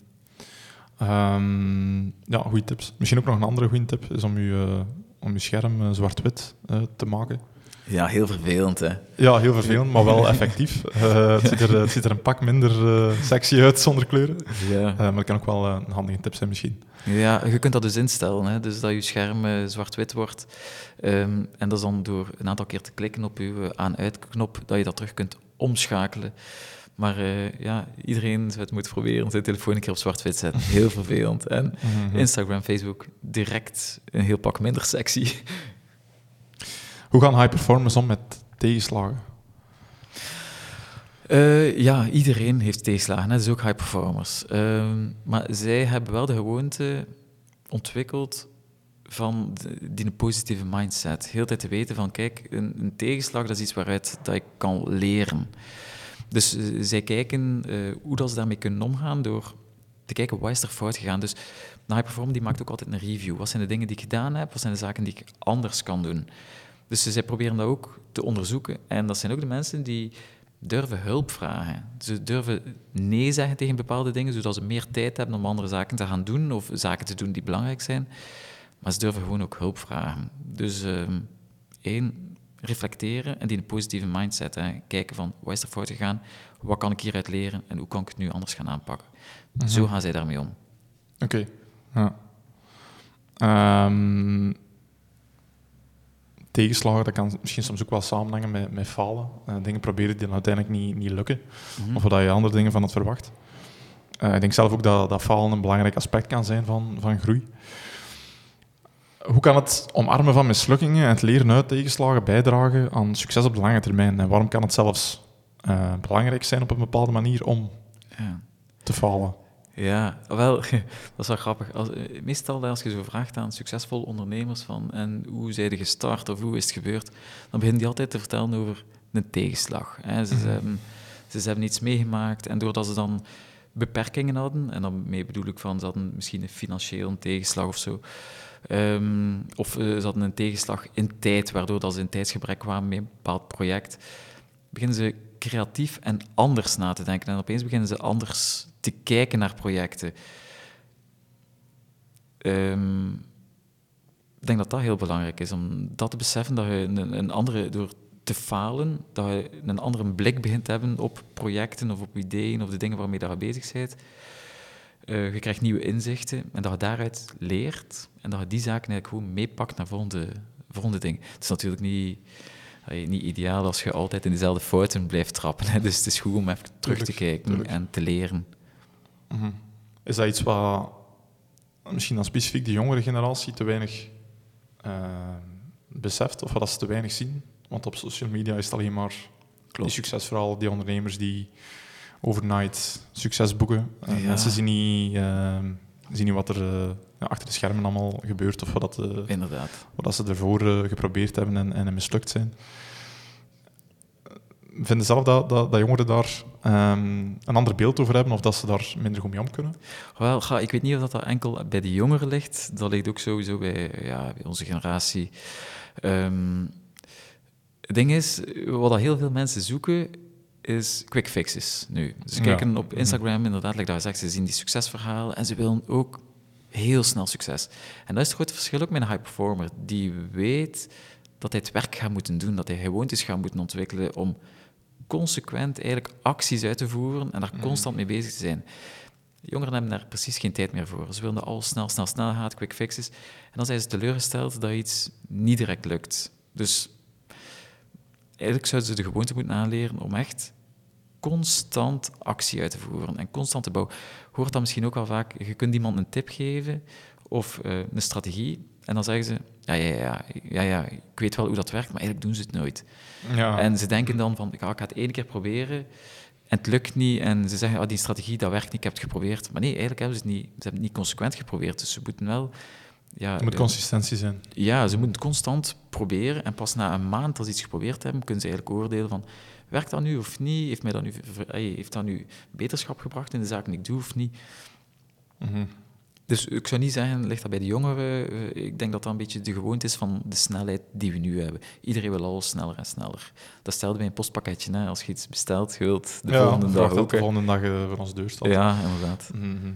Um, ja, goede tips. Misschien ook nog een andere goede tip is om je, uh, om je scherm uh, zwart-wit uh, te maken. Ja, heel vervelend, hè? Ja, heel vervelend, maar wel effectief. Uh, het, ziet er, het ziet er een pak minder uh, sexy uit zonder kleuren. Ja. Uh, maar het kan ook wel uh, een handige tip zijn misschien. Ja, je kunt dat dus instellen, hè? Dus dat je scherm uh, zwart-wit wordt. Um, en dat is dan door een aantal keer te klikken op je uh, aan-uit-knop, dat je dat terug kunt omschakelen. Maar uh, ja, iedereen zou het moeten proberen, zijn telefoon een keer op zwart-wit zetten. Heel vervelend. En mm-hmm. Instagram, Facebook, direct een heel pak minder sexy. Hoe gaan high performers om met tegenslagen? Uh, ja, iedereen heeft tegenslagen, hè? Dus ook high performers. Uh, maar zij hebben wel de gewoonte ontwikkeld van de, die een positieve mindset. Heel de tijd te weten van, kijk, een, een tegenslag, dat is iets waaruit dat ik kan leren. Dus uh, zij kijken uh, hoe dat ze daarmee kunnen omgaan door te kijken wat is er fout gegaan. Dus een high performer die maakt ook altijd een review. Wat zijn de dingen die ik gedaan heb? Wat zijn de zaken die ik anders kan doen? Dus uh, zij proberen dat ook te onderzoeken. En dat zijn ook de mensen die durven hulp vragen. Ze durven nee zeggen tegen bepaalde dingen, zodat ze meer tijd hebben om andere zaken te gaan doen of zaken te doen die belangrijk zijn. Maar ze durven gewoon ook hulp vragen. Dus uh, één... reflecteren en die een positieve mindset. Hè. Kijken van, wat is er fout gegaan? Wat kan ik hieruit leren? En hoe kan ik het nu anders gaan aanpakken? Mm-hmm. Zo gaan zij daarmee om. Oké. Okay. Ja. Um, tegenslagen, dat kan misschien soms ook wel samenhangen met, met falen. Uh, dingen proberen die dan uiteindelijk niet, niet lukken. Mm-hmm. Of dat je andere dingen van het verwacht. Uh, ik denk zelf ook dat, dat falen een belangrijk aspect kan zijn van, van groei. Hoe kan het omarmen van mislukkingen en het leren uit tegenslagen bijdragen aan succes op de lange termijn? En waarom kan het zelfs uh, belangrijk zijn op een bepaalde manier om ja. te falen? Ja, wel, dat is wel grappig. Als, meestal als je zo vraagt aan succesvolle ondernemers van en hoe zijn ze gestart of hoe is het gebeurd, dan beginnen die altijd te vertellen over een tegenslag. Hè. Ze, Mhm. hebben, ze hebben iets meegemaakt en doordat ze dan beperkingen hadden, en daarmee bedoel ik van, ze hadden misschien een financiële tegenslag of zo, um, of uh, ze hadden een tegenslag in tijd, waardoor dat ze in tijdsgebrek kwamen met een bepaald project, beginnen ze creatief en anders na te denken. En opeens beginnen ze anders te kijken naar projecten. Um, ik denk dat dat heel belangrijk is, om dat te beseffen, dat je een, een andere, door te falen, dat je een andere blik begint te hebben op projecten of op ideeën of de dingen waarmee je bezig bent. Uh, je krijgt nieuwe inzichten en dat je daaruit leert en dat je die zaken eigenlijk gewoon meepakt naar volgende, volgende dingen. Het is natuurlijk niet, allee, niet ideaal als je altijd in dezelfde fouten blijft trappen. Hè. Dus het is goed om even terug Tuurlijk, te kijken tuurlijk. en te leren. Mm-hmm. Is dat iets wat misschien dan specifiek de jongere generatie te weinig uh, beseft of wat ze te weinig zien? Want op social media is het alleen maar die succesverhalen, die ondernemers die overnight succes boeken. Uh, ja. Mensen zien niet, uh, zien niet wat er uh, ja, achter de schermen allemaal gebeurt of wat, dat, uh, Inderdaad. wat dat ze ervoor uh, geprobeerd hebben en, en mislukt zijn. Vinden zelf dat, dat, dat jongeren daar um, een ander beeld over hebben of dat ze daar minder goed mee om kunnen? Wel, ga, ik weet niet of dat, dat enkel bij de jongeren ligt. Dat ligt ook sowieso bij, ja, bij onze generatie. Um, het ding is, wat dat heel veel mensen zoeken, is quick fixes nu. Ze kijken ja. op Instagram, inderdaad, like dat je zegt, ze zien die succesverhalen en ze willen ook heel snel succes. En dat is het grote verschil ook met een high performer. Die weet dat hij het werk gaat moeten doen, dat hij gewoontes gaat moeten ontwikkelen om consequent eigenlijk acties uit te voeren en daar constant mee bezig te zijn. Jongeren hebben daar precies geen tijd meer voor. Ze willen dat alles snel, snel, snel gaat, quick fixes. En dan zijn ze teleurgesteld dat iets niet direct lukt. Dus eigenlijk zouden ze de gewoonte moeten aanleren om echt constant actie uit te voeren en constant te bouwen. Hoort dat misschien ook wel vaak, je kunt iemand een tip geven of uh, een strategie en dan zeggen ze, ja, ja, ja, ja, ja, ik weet wel hoe dat werkt, maar eigenlijk doen ze het nooit. Ja. En ze denken dan van, ja, ik ga het één keer proberen en het lukt niet en ze zeggen, oh, die strategie, dat werkt niet, ik heb het geprobeerd. Maar nee, eigenlijk hebben ze het niet, ze hebben het niet consequent geprobeerd, dus ze moeten wel... Ja, er moet uh, consistentie zijn. Ja, ze moeten constant proberen en pas na een maand als ze iets geprobeerd hebben, kunnen ze eigenlijk oordelen van, werkt dat nu of niet? Heeft, mij dat nu, heeft dat nu beterschap gebracht in de zaken die ik doe of niet? Mm-hmm. Dus ik zou niet zeggen, ligt dat bij de jongeren. Ik denk dat dat een beetje de gewoonte is van de snelheid die we nu hebben. Iedereen wil alles sneller en sneller. Dat stelde bij een postpakketje. Hè. Als je iets bestelt, je wilt de ja, volgende dag ook. de volgende dag uh, voor ons deur staat. Ja, inderdaad. Mm-hmm.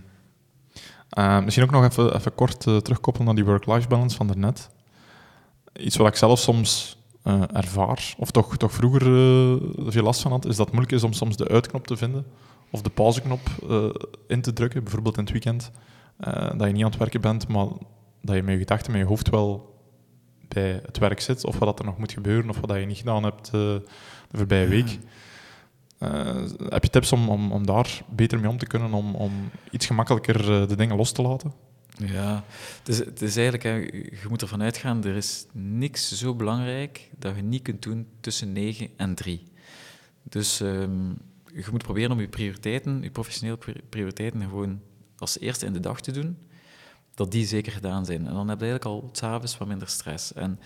Uh, misschien ook nog even, even kort uh, terugkoppelen naar die work-life balance van daarnet. Iets wat ik zelf soms uh, ervaar, of toch, toch vroeger uh, veel last van had, is dat het moeilijk is om soms de uitknop te vinden of de pauzeknop uh, in te drukken, bijvoorbeeld in het weekend. Uh, dat je niet aan het werken bent, maar dat je met je gedachten, met je hoofd wel bij het werk zit, of wat er nog moet gebeuren, of wat je niet gedaan hebt uh, de voorbije week. Uh, heb je tips om, om, om daar beter mee om te kunnen, om, om iets gemakkelijker uh, de dingen los te laten? Ja, het is, het is eigenlijk, hè, je moet ervan uitgaan, er is niks zo belangrijk dat je niet kunt doen tussen negen en drie. Dus um, je moet proberen om je prioriteiten, je professionele prioriteiten, gewoon als eerste in de dag te doen, dat die zeker gedaan zijn. En dan heb je eigenlijk al 's avonds wat minder stress. En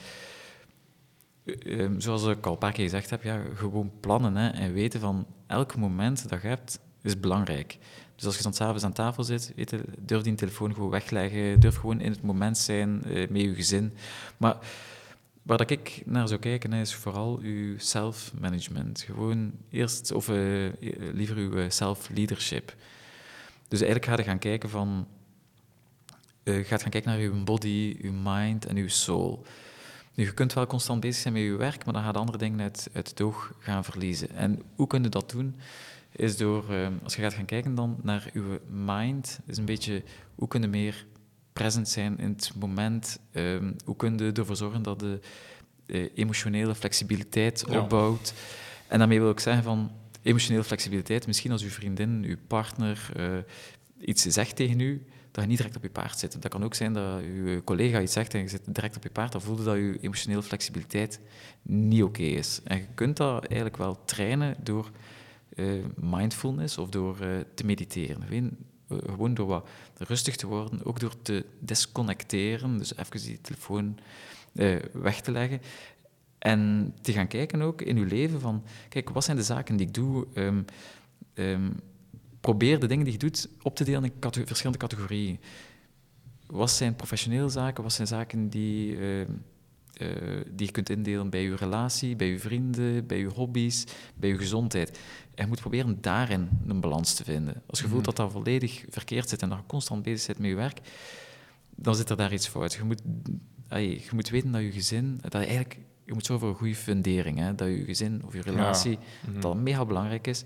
um, zoals ik al een paar keer gezegd heb, ja, gewoon plannen hè, en weten van elk moment dat je hebt, is belangrijk. Dus als je dan 's avonds aan tafel zit, weet je, durf die telefoon gewoon wegleggen, durf gewoon in het moment zijn uh, met je gezin. Maar waar dat ik naar zou kijken, is vooral je self-management. Gewoon eerst, of uh, liever je self-leadership. Dus eigenlijk ga je gaan kijken van... Uh, gaat gaan kijken naar je body, je mind en je soul. Nu, je kunt wel constant bezig zijn met je werk, maar dan gaan andere dingen uit, uit het oog gaan verliezen. En hoe kun je dat doen? Is door, uh, als je gaat gaan kijken dan naar je mind, is een beetje, hoe kun je meer present zijn in het moment? Um, hoe kun je ervoor zorgen dat de uh, emotionele flexibiliteit opbouwt? Ja. En daarmee wil ik zeggen van, emotionele flexibiliteit, misschien als uw vriendin, uw partner uh, iets zegt tegen u, dat je niet direct op je paard zit. Dat kan ook zijn dat je collega iets zegt en je zit direct op je paard, dan voelde dat je emotionele flexibiliteit niet oké okay is. En je kunt dat eigenlijk wel trainen door uh, mindfulness of door uh, te mediteren. Gewoon, uh, gewoon door wat rustig te worden, ook door te disconnecteren, dus even die telefoon uh, weg te leggen. En te gaan kijken ook in je leven van, kijk, wat zijn de zaken die ik doe? Um, um, probeer de dingen die je doet op te delen in cate- verschillende categorieën. Wat zijn professionele zaken? Wat zijn zaken die, uh, uh, die je kunt indelen bij je relatie, bij je vrienden, bij je hobby's, bij je gezondheid? En je moet proberen daarin een balans te vinden. Als je voelt dat dat volledig verkeerd zit en dat je constant bezig bent met je werk, dan zit er daar iets fout. Je moet, ay, je moet weten dat je gezin, dat je eigenlijk, je moet zorgen voor een goede fundering, hè, dat je gezin of je relatie, ja. mm-hmm. dat mega belangrijk is.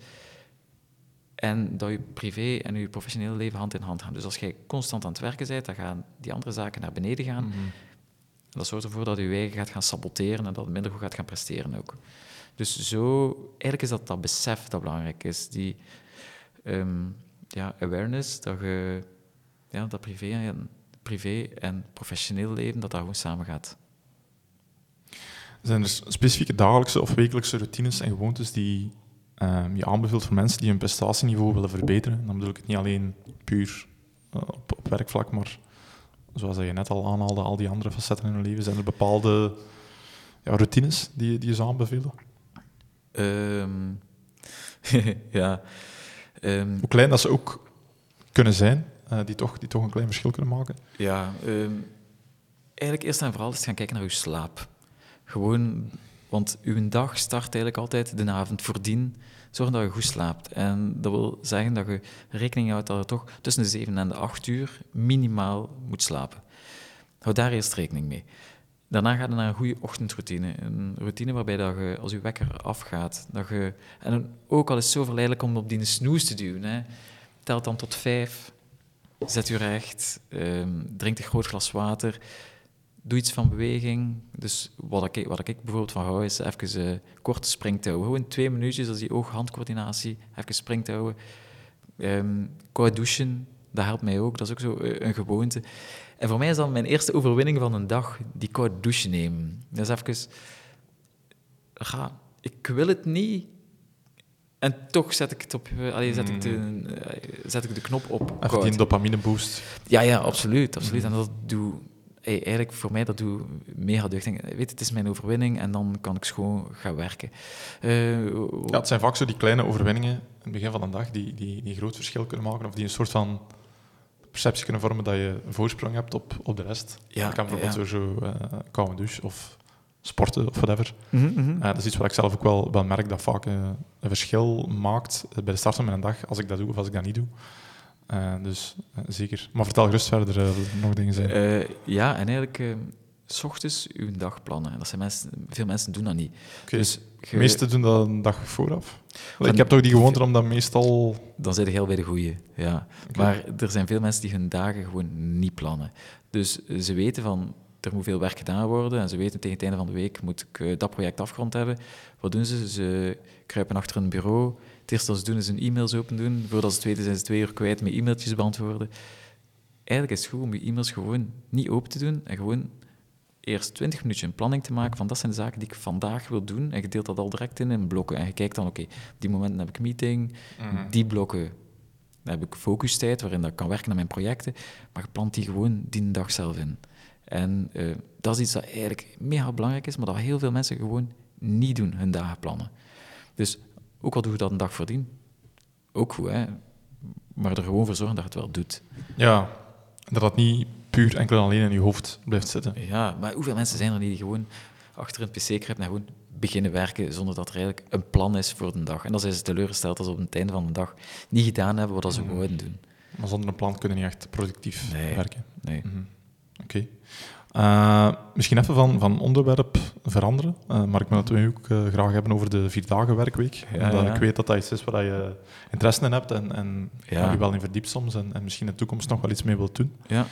En dat je privé en je professionele leven hand in hand gaan. Dus als jij constant aan het werken bent, dan gaan die andere zaken naar beneden gaan. Mm-hmm. Dat zorgt ervoor dat je je eigen gaat gaan saboteren en dat het minder goed gaat gaan presteren ook. Dus zo, eigenlijk is dat dat besef dat belangrijk is. Die um, ja, awareness, dat je ja, dat privé en, privé en professioneel leven, dat dat gewoon samen gaat. Zijn er specifieke dagelijkse of wekelijkse routines en gewoontes die um, je aanbeveelt voor mensen die hun prestatieniveau willen verbeteren? Dan bedoel ik het niet alleen puur uh, op, op werkvlak, maar zoals je net al aanhaalde, al die andere facetten in hun leven. Zijn er bepaalde ja, routines die, die je zou aanbevelen? Um, ja. Um, Hoe klein dat ze ook kunnen zijn, uh, die, toch, die toch een klein verschil kunnen maken? Ja, um, eigenlijk eerst en vooral eens gaan kijken naar uw slaap. Gewoon, want uw dag start eigenlijk altijd de avond voordien. Zorg dat je goed slaapt. En dat wil zeggen dat je rekening houdt dat je toch tussen de zeven en de acht uur minimaal moet slapen. Hou daar eerst rekening mee. Daarna ga je naar een goede ochtendroutine. Een routine waarbij dat je, als je wekker afgaat, dat je... En ook al is het zo verleidelijk om op die snoes te duwen, hè, telt dan tot vijf, zet je recht, um, drink een groot glas water, doe iets van beweging. Dus wat ik, wat ik bijvoorbeeld van hou, is even uh, korte springtouwen. Gewoon twee minuutjes, als die oog-handcoördinatie, even springtouwen. Um, koud douchen, dat helpt mij ook, dat is ook zo uh, een gewoonte. En voor mij is dan mijn eerste overwinning van een dag die koud douchen nemen. Dat is even... Ga, ik wil het niet... En toch zet ik het op... Allee, zet, ik de, uh, zet ik de knop op. Even die dopamine boost. Ja, ja, absoluut. absoluut. Mm. En dat doe... Hey, eigenlijk voor mij, dat doe mega deugd. Weet, het is mijn overwinning en dan kan ik gewoon gaan werken. Uh, ja, het zijn vaak zo die kleine overwinningen in het begin van een dag die, die, die groot verschil kunnen maken of die een soort van perceptie kunnen vormen dat je een voorsprong hebt op, op de rest. Ja, dat kan bijvoorbeeld ja. zo, zo uh, koude douche of sporten of whatever. Mm-hmm, mm-hmm. Uh, dat is iets wat ik zelf ook wel, wel merk dat vaak uh, een verschil maakt bij de start van mijn dag als ik dat doe of als ik dat niet doe. Uh, dus uh, zeker. Maar vertel gerust verder uh, nog dingen zijn. Uh, ja, en eigenlijk... Uh, 's ochtends uw dag plannen. Dat zijn mensen, veel mensen doen dat niet. Okay. Dus je... De meesten doen dat een dag vooraf. En, ik heb toch die gewoonte om dat meestal... Dan zit je heel bij de goeie, ja. Okay. Maar er zijn veel mensen die hun dagen gewoon niet plannen. Dus ze weten van, er moet veel werk gedaan worden en ze weten tegen het einde van de week moet ik uh, dat project afgerond hebben. Wat doen ze? Ze kruipen achter een bureau. Het eerste wat ze doen is hun e-mails open doen. Voordat ze het weten zijn ze twee uur kwijt met e-mailtjes beantwoorden. Eigenlijk is het goed om je e-mails gewoon niet open te doen en gewoon eerst twintig minuutjes een planning te maken van dat zijn de zaken die ik vandaag wil doen. En je deelt dat al direct in in blokken. En je kijkt dan, oké, okay, op die momenten heb ik meeting, mm-hmm. die blokken dan heb ik focustijd, waarin dat ik kan werken aan mijn projecten, maar je plant die gewoon die dag zelf in. En uh, dat is iets dat eigenlijk mega belangrijk is, maar dat heel veel mensen gewoon niet doen, hun dagen plannen. Dus ook al doe je dat een dag voordien, ook goed, hè, maar er gewoon voor zorgen dat je het wel doet. Ja, dat dat niet puur enkel en alleen in je hoofd blijft zitten. Ja, maar hoeveel mensen zijn er niet die gewoon achter een pc kruipen en gewoon beginnen werken zonder dat er eigenlijk een plan is voor de dag. En dan zijn ze teleurgesteld als ze op het einde van de dag niet gedaan hebben wat ze mm-hmm. wouden doen. Maar zonder een plan kunnen niet echt productief nee, werken. Nee. Mm-hmm. Oké. Okay. Uh, misschien even van, van onderwerp veranderen, uh, maar ik wil het ook uh, graag hebben over de vierdagen werkweek. Ja, omdat ja. ik weet dat dat iets is waar je interesse in hebt en, en ja. je wel in verdiept soms en, en misschien in de toekomst nog wel iets mee wilt doen. Ja.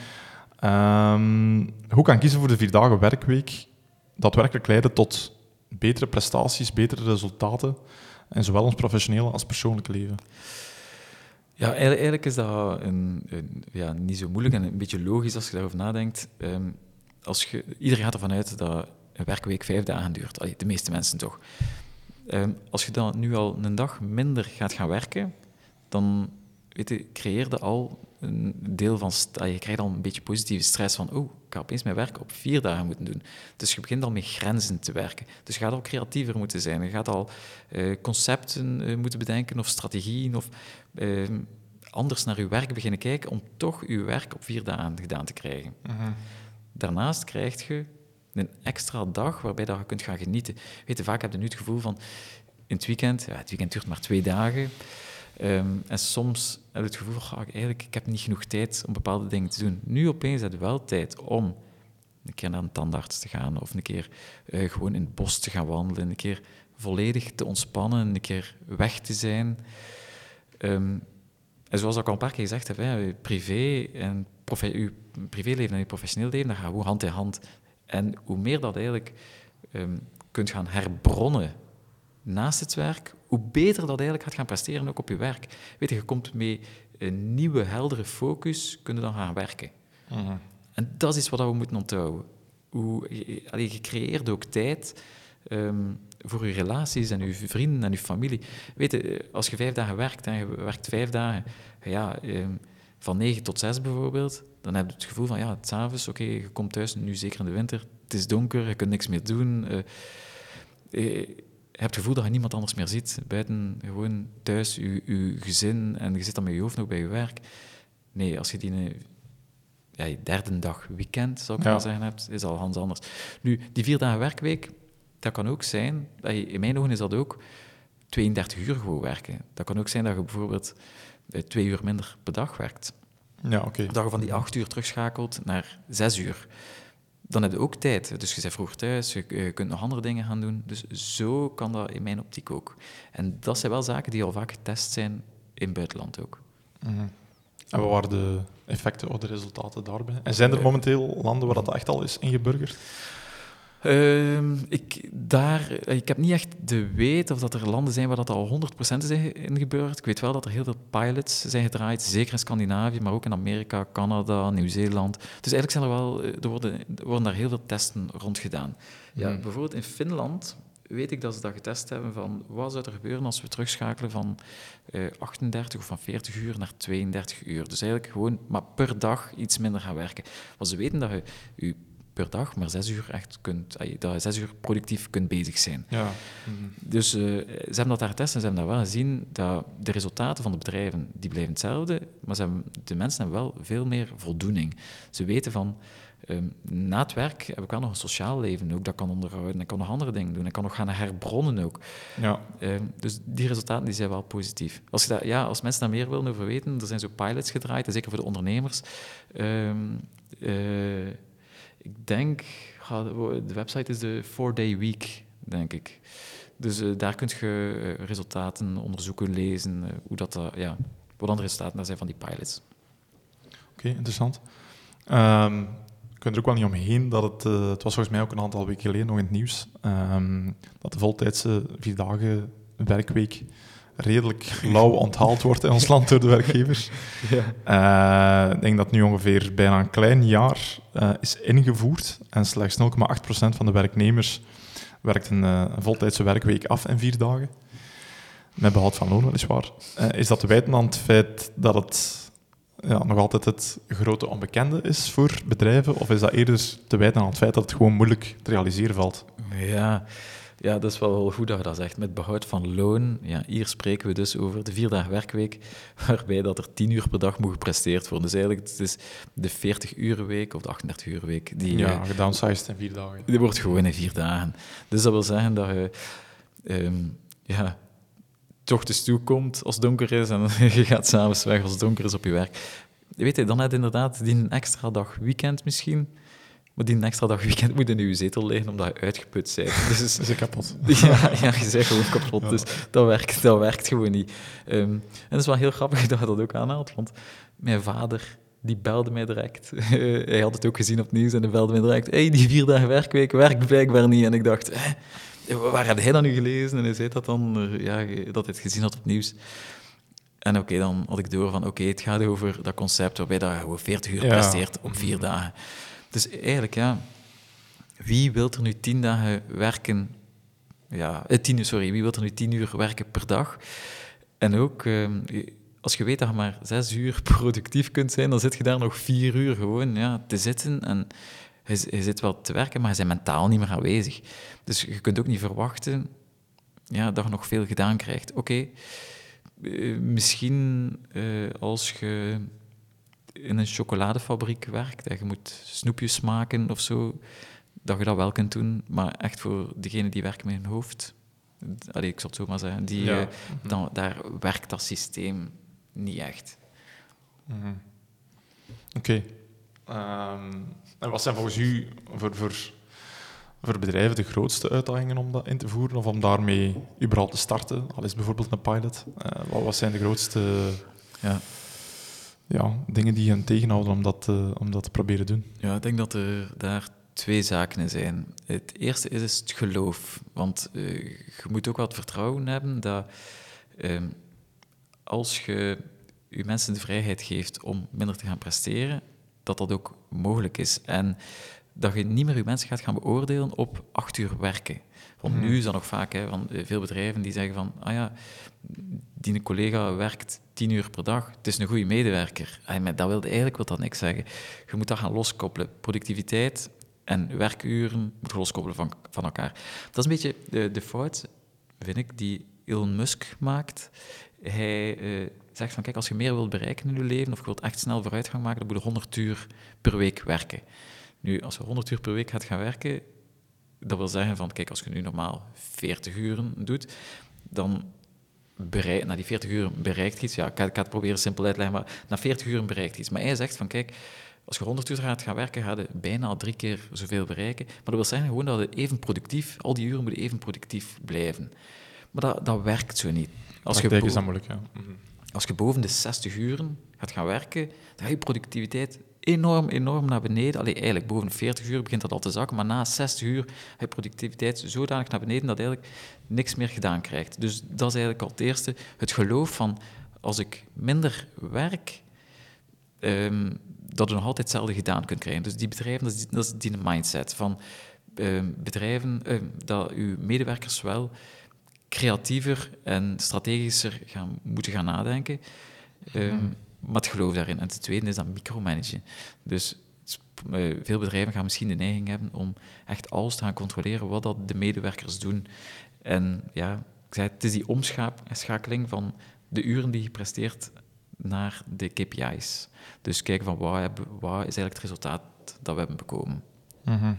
Um, hoe kan kiezen voor de vierdagen werkweek daadwerkelijk leiden tot betere prestaties, betere resultaten in zowel ons professionele als persoonlijke leven? Ja, eigenlijk, eigenlijk is dat een, een, ja, niet zo moeilijk en een beetje logisch als je daarover nadenkt. Um, als je, iedereen gaat ervan uit dat een werkweek vijf dagen duurt. Allee, de meeste mensen toch. Um, als je dan nu al een dag minder gaat gaan werken, dan weet je, creëer je al een deel van... st- Je krijgt al een beetje positieve stress van oh, ik ga opeens mijn werk op vier dagen moeten doen. Dus je begint al met grenzen te werken. Dus je gaat al creatiever moeten zijn. Je gaat al uh, concepten uh, moeten bedenken of strategieën of uh, anders naar je werk beginnen kijken om toch je werk op vier dagen gedaan te krijgen. Mm-hmm. Daarnaast krijg je een extra dag waarbij dat je kunt gaan genieten. Weet je, vaak heb je nu het gevoel van in het weekend, ja, het weekend duurt maar twee dagen. Um, en soms heb je het gevoel van, oh, eigenlijk, ik heb niet genoeg tijd om bepaalde dingen te doen. Nu opeens heb je wel tijd om een keer naar een tandarts te gaan of een keer uh, gewoon in het bos te gaan wandelen, een keer volledig te ontspannen, een keer weg te zijn. Um, en zoals ik al een paar keer gezegd heb, hè, je privé en profe- je privéleven en je professioneel leven, dat gaat gewoon hand in hand. En hoe meer dat eigenlijk um, kunt gaan herbronnen naast het werk, hoe beter dat eigenlijk gaat gaan presteren ook op je werk. Weet je, je komt met een nieuwe, heldere focus, kun je dan gaan werken. Mm-hmm. En dat is wat we moeten onthouden. Hoe, je, allee, je creëert ook tijd um, voor je relaties en je vrienden en je familie. Weet je, als je vijf dagen werkt en je werkt vijf dagen, ja, um, van negen tot zes bijvoorbeeld, dan heb je het gevoel van, ja, 's avonds, oké, okay, je komt thuis, nu zeker in de winter, het is donker, je kunt niks meer doen. Uh, uh, Je hebt het gevoel dat je niemand anders meer ziet. Buiten gewoon thuis, je, je gezin, en je zit dan met je hoofd nog bij je werk. Nee, als je die ja, je derde dag weekend, zou ik ja. maar zeggen, hebt, is al ganz anders. Nu, die vier dagen werkweek, dat kan ook zijn, in mijn ogen is dat ook tweeëndertig uur gewoon werken. Dat kan ook zijn dat je bijvoorbeeld twee uur minder per dag werkt. Ja, oké. Okay. Dat je van die acht uur terugschakelt naar zes uur. Dan heb je ook tijd. Dus je bent vroeg thuis, je, je kunt nog andere dingen gaan doen. Dus zo kan dat in mijn optiek ook. En dat zijn wel zaken die al vaak getest zijn in het buitenland ook. Mm-hmm. En wat waren de effecten of de resultaten daarbij? En zijn er momenteel landen waar dat echt al is ingeburgerd? Uh, ik, daar, ik heb niet echt de weet of dat er landen zijn waar dat al honderd procent is ingeburgerd. Ik weet wel dat er heel veel pilots zijn gedraaid, zeker in Scandinavië, maar ook in Amerika, Canada, Nieuw-Zeeland. Dus eigenlijk zijn er wel, er worden, er worden daar heel veel testen rond gedaan. Ja, hmm. Bijvoorbeeld in Finland weet ik dat ze dat getest hebben van wat zou er gebeuren als we terugschakelen van uh, achtendertig of van veertig uur naar tweeëndertig uur. Dus eigenlijk gewoon maar per dag iets minder gaan werken. Want ze weten dat je je per dag maar zes uur echt kunt, dat je zes uur productief kunt bezig zijn. Ja. Mm-hmm. Dus uh, ze hebben dat daar getest en ze hebben daar wel gezien dat de resultaten van de bedrijven, die blijven hetzelfde, maar ze hebben, de mensen hebben wel veel meer voldoening. Ze weten van, um, na het werk heb ik wel nog een sociaal leven ook, dat kan onderhouden, ik kan nog andere dingen doen, ik kan nog gaan herbronnen ook. Ja. Um, dus die resultaten die zijn wel positief. Als, je dat, ja, als mensen daar meer willen over weten, er zijn zo pilots gedraaid, en zeker voor de ondernemers. Um, uh, Ik denk, de website is de four-day week, denk ik. Dus uh, daar kun je uh, resultaten onderzoeken, lezen, uh, hoe dat, uh, ja, wat andere resultaten daar zijn van die pilots. Oké, okay, interessant. Um, je kunt er ook wel niet omheen dat het, uh, het was volgens mij ook een aantal weken geleden nog in het nieuws, um, dat de voltijdse vier dagen werkweek redelijk lauw onthaald wordt in ons land door de werkgevers. Ja. Uh, ik denk dat nu ongeveer bijna een klein jaar uh, is ingevoerd en slechts nul komma acht procent van de werknemers werkt een, uh, een voltijdse werkweek af in vier dagen. Met behoud van loon, weliswaar. Uh, is dat te wijten aan het feit dat het ja, nog altijd het grote onbekende is voor bedrijven, of is dat eerder te wijten aan het feit dat het gewoon moeilijk te realiseren valt? Ja... Ja, dat is wel goed dat je dat zegt. Met behoud van loon, ja, hier spreken we dus over de vier dagen werkweek, waarbij dat er tien uur per dag moet gepresteerd worden. Dus eigenlijk het is de veertig-urenweek of de achtendertig-urenweek. Die, ja, gedownsized in vier dagen. Die wordt gewoon in vier dagen. Dus dat wil zeggen dat je um, ja, toch dus toekomt als het donker is en je gaat s'avonds weg als het donker is op je werk. Weet je, dan heb je inderdaad die extra dag weekend misschien. Maar die extra dag weekend moet in je zetel liggen omdat je uitgeput bent. Dus is, is kapot. Ja, ja, je bent gewoon kapot. Ja. Dus dat werkt, dat werkt gewoon niet. Um, en het is wel heel grappig dat je dat ook aanhaalt, want mijn vader die belde mij direct. Uh, hij had het ook gezien op het nieuws en hij belde mij direct. Hé, hey, die vier dagen werkweek werkt blijkbaar niet. En ik dacht, eh, waar had hij dat nu gelezen? En hij zei dat dan, uh, ja, dat hij het gezien had op het nieuws. En oké, okay, dan had ik door van, oké, okay, het gaat over dat concept waarbij dat je gewoon veertig uur ja. presteert op vier dagen. Dus eigenlijk, ja, wie wil er nu tien dagen werken? Ja, eh, tien, sorry, wie wil er nu tien uur werken per dag? En ook, eh, als je weet dat je maar zes uur productief kunt zijn, dan zit je daar nog vier uur gewoon ja, te zitten en je, je zit wel te werken, maar je bent mentaal niet meer aanwezig. Dus je kunt ook niet verwachten ja, dat je nog veel gedaan krijgt. Oké, okay, uh, misschien uh, als je in een chocoladefabriek werkt en je moet snoepjes maken of zo, dat je dat wel kunt doen, maar echt voor degenen die werken met hun hoofd, allee, ik zal het zo maar zeggen, die, ja. uh, mm-hmm. dan, daar werkt dat systeem niet echt. Mm-hmm. Oké. Okay. Um, en wat zijn volgens u voor, voor, voor bedrijven de grootste uitdagingen om dat in te voeren of om daarmee überhaupt te starten? Al is bijvoorbeeld een pilot. Uh, wat, wat zijn de grootste ja. Ja, dingen die je tegenhouden om dat, uh, om dat te proberen doen? Ja, ik denk dat er daar twee zaken zijn. Het eerste is, is het geloof. Want uh, je moet ook wel het vertrouwen hebben dat uh, als je je mensen de vrijheid geeft om minder te gaan presteren, dat dat ook mogelijk is. En dat je niet meer je mensen gaat gaan beoordelen op acht uur werken. Want hmm. nu is dat nog vaak, hè, van veel bedrijven die zeggen van, ah ja, die collega werkt tien uur per dag, het is een goede medewerker. Maar dat wil eigenlijk wil dat niks zeggen. Je moet dat gaan loskoppelen. Productiviteit en werkuren moet je loskoppelen van, van elkaar. Dat is een beetje de, de fout, vind ik, die Elon Musk maakt. Hij uh, zegt van, kijk, als je meer wilt bereiken in je leven, of je wilt echt snel vooruitgang maken, dan moet je honderd uur per week werken. Nu, als je honderd uur per week gaat gaan werken, dat wil zeggen van, kijk, als je nu normaal veertig uren doet, dan bereik, na die veertig uur bereikt je iets. Ja, ik ga, ik ga het proberen simpel uit te leggen, maar na veertig uur bereikt je iets. Maar hij zegt van, kijk, als je honderd uur gaat gaan werken, ga je bijna drie keer zoveel bereiken. Maar dat wil zeggen gewoon dat je even productief, al die uren moeten even productief blijven. Maar dat, dat werkt zo niet. Als je, bo- is dat moeilijk, ja. Mm-hmm. Als je boven de zestig uren gaat gaan werken, dan ga je productiviteit enorm, enorm naar beneden. Allee, eigenlijk boven veertig uur begint dat al te zakken, maar na zestig uur ga je productiviteit zodanig naar beneden dat je eigenlijk niks meer gedaan krijgt. Dus dat is eigenlijk al het eerste. Het geloof van, als ik minder werk, um, dat je nog altijd hetzelfde gedaan kunt krijgen. Dus die bedrijven, dat is die, dat is die mindset van um, bedrijven, um, dat uw medewerkers wel creatiever en strategischer gaan, moeten gaan nadenken. Um, mm. Maar het geloof daarin. En het tweede is dat micromanagen. Dus uh, veel bedrijven gaan misschien de neiging hebben om echt alles te gaan controleren wat dat de medewerkers doen. En ja, ik zei, het is die omschakeling van de uren die je presteert naar de K P I's. Dus kijken van wat, hebben, wat is eigenlijk het resultaat dat we hebben bekomen. Mm-hmm.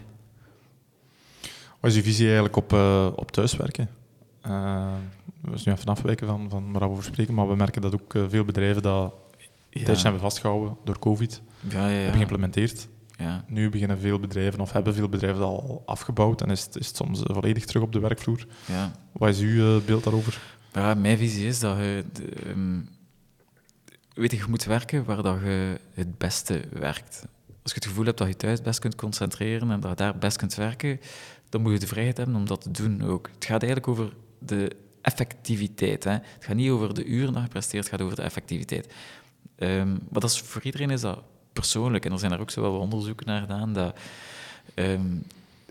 Wat is uw visie eigenlijk op, uh, op thuiswerken? Uh, we zijn nu even afwijken van, van waar we over spreken, maar we merken dat ook uh, veel bedrijven dat een tijdje hebben vastgehouden door COVID, ja, ja, ja. hebben geïmplementeerd. Ja. Nu beginnen veel bedrijven, of hebben veel bedrijven dat al afgebouwd en is het, is het soms volledig terug op de werkvloer. Ja. Wat is uw uh, beeld daarover? Ja, mijn visie is dat je... De, um, weet je, je moet werken waar dat je het beste werkt. Als je het gevoel hebt dat je thuis best kunt concentreren en dat je daar best kunt werken, dan moet je de vrijheid hebben om dat te doen ook. Het gaat eigenlijk over de effectiviteit. Hè. Het gaat niet over de uren dat je presteert, het gaat over de effectiviteit. Um, maar dat is, voor iedereen is dat persoonlijk. En er zijn er ook zo wel onderzoeken naar gedaan. Dat, um,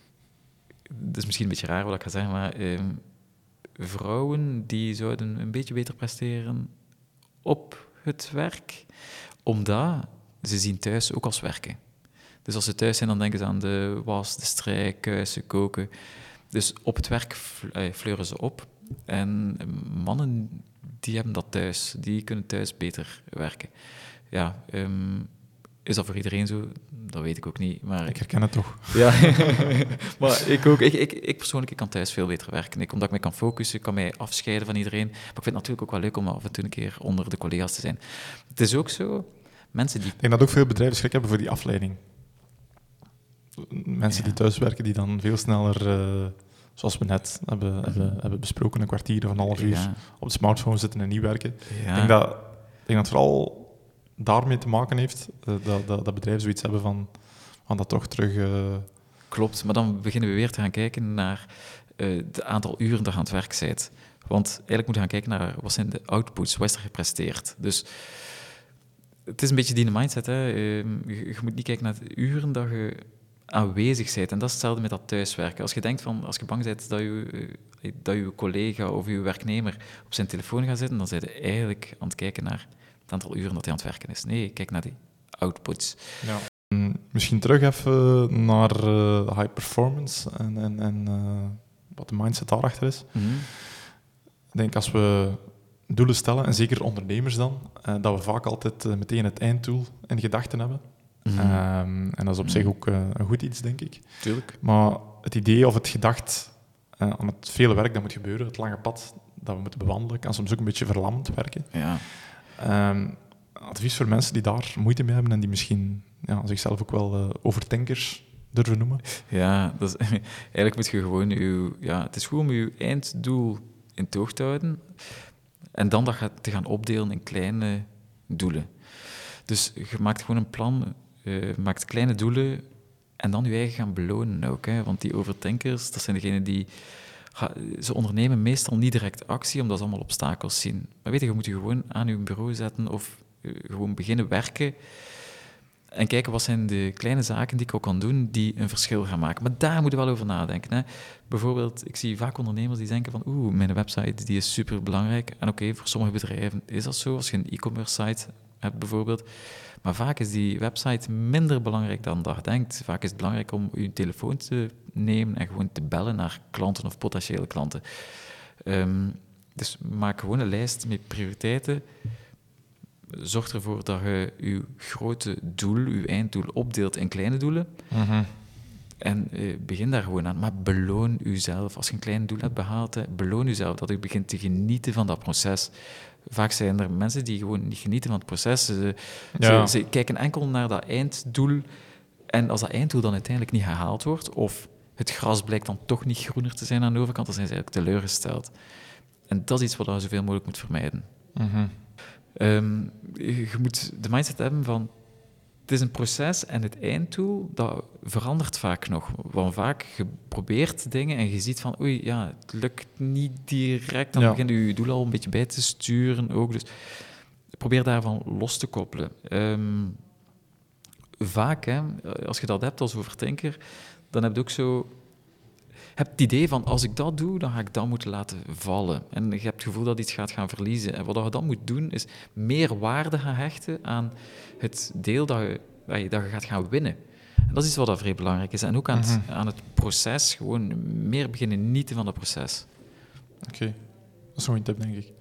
dat is misschien een beetje raar wat ik ga zeggen, maar um, vrouwen die zouden een beetje beter presteren op het werk, omdat ze zien thuis ook als werken. Dus als ze thuis zijn, dan denken ze aan de was, de strijk, kuisen, koken. Dus op het werk fleuren ze op. En mannen, die hebben dat thuis. Die kunnen thuis beter werken. Ja, um, is dat voor iedereen zo? Dat weet ik ook niet. Maar ik herken het toch. Ja, maar ik ook. Ik, ik, ik persoonlijk ik kan thuis veel beter werken. Ik, omdat ik me kan focussen, ik kan mij afscheiden van iedereen. Maar ik vind het natuurlijk ook wel leuk om af en toe een keer onder de collega's te zijn. Het is ook zo, mensen die... Ik denk dat ook veel bedrijven schrik hebben voor die afleiding. Mensen ja. die thuis werken, die dan veel sneller... Uh, zoals we net hebben, mm-hmm. hebben, hebben besproken, een kwartier of een half uur ja. op de smartphone zitten en niet werken. Ja. Ik denk dat, ik denk dat het vooral daarmee te maken heeft, uh, dat, dat, dat bedrijven zoiets hebben van, van dat toch terug... Uh... Klopt, maar dan beginnen we weer te gaan kijken naar uh, het aantal uren dat je aan het werk bent. Want eigenlijk moet je gaan kijken naar wat zijn de outputs, wat is er gepresteerd. Dus het is een beetje die mindset. Hè. Uh, je, je moet niet kijken naar de uren dat je aanwezig bent. En dat is hetzelfde met dat thuiswerken. Als je denkt van, als je bang bent dat je, dat je collega of je werknemer op zijn telefoon gaat zitten, dan ben je eigenlijk aan het kijken naar het aantal uren dat hij aan het werken is. Nee, kijk naar die outputs. Ja. Misschien terug even naar uh, high performance en, en, en uh, wat de mindset daarachter is. Mm-hmm. Ik denk als we doelen stellen, en zeker ondernemers dan, uh, dat we vaak altijd uh, meteen het einddoel in gedachten hebben. Mm-hmm. Um, en dat is op mm-hmm. zich ook uh, een goed iets, denk ik. Tuurlijk. Maar het idee of het gedacht uh, aan het vele werk dat moet gebeuren, het lange pad dat we moeten bewandelen, kan soms ook een beetje verlammend werken. Ja. Um, advies voor mensen die daar moeite mee hebben en die misschien ja, zichzelf ook wel uh, overdenkers durven noemen. Ja, dat is, eigenlijk moet je gewoon je... Ja, het is goed om je einddoel in toog te houden en dan dat te gaan opdelen in kleine doelen. Dus je maakt gewoon een plan, uh, maakt kleine doelen en dan je eigen gaan belonen ook. Hè? Want die overdenkers, dat zijn degenen die... Ze ondernemen meestal niet direct actie, omdat ze allemaal obstakels zien. Maar weet je, je moet je gewoon aan je bureau zetten of gewoon beginnen werken en kijken wat zijn de kleine zaken die ik ook kan doen die een verschil gaan maken. Maar daar moet je wel over nadenken. Hè. Bijvoorbeeld, ik zie vaak ondernemers die denken van oeh, mijn website die is superbelangrijk. En oké, okay, voor sommige bedrijven is dat zo, als je een e-commerce site hebt bijvoorbeeld. Maar vaak is die website minder belangrijk dan dat je denkt. Vaak is het belangrijk om je telefoon te nemen en gewoon te bellen naar klanten of potentiële klanten. Um, dus maak gewoon een lijst met prioriteiten. Zorg ervoor dat je je grote doel, je einddoel, opdeelt in kleine doelen. Mm-hmm. En uh, begin daar gewoon aan. Maar beloon jezelf. Als je een klein doel hebt behaald, hè, beloon jezelf. Dat je begint te genieten van dat proces. Vaak zijn er mensen die gewoon niet genieten van het proces. Ze, ja. ze, ze kijken enkel naar dat einddoel. En als dat einddoel dan uiteindelijk niet gehaald wordt, of het gras blijkt dan toch niet groener te zijn aan de overkant, dan zijn ze eigenlijk teleurgesteld. En dat is iets wat je zoveel mogelijk moet vermijden. Mm-hmm. Um, je moet de mindset hebben van het is een proces en het einddoel dat verandert vaak nog. Want vaak je probeert dingen en je ziet van oei, ja, het lukt niet direct. Dan ja. begin je je doel al een beetje bij te sturen ook. Dus probeer daarvan los te koppelen. Um, vaak, hè, als je dat hebt als overdenker, dan heb je ook zo... Je hebt het idee van, als ik dat doe, dan ga ik dat moeten laten vallen. En je hebt het gevoel dat iets gaat gaan verliezen. En wat je dan moet doen, is meer waarde gaan hechten aan het deel dat je, dat je gaat gaan winnen. En dat is iets wat vrij belangrijk is. En ook aan het, mm-hmm. aan het proces, gewoon meer beginnen genieten van het proces. Oké, okay. Dat is een goede tip, denk ik.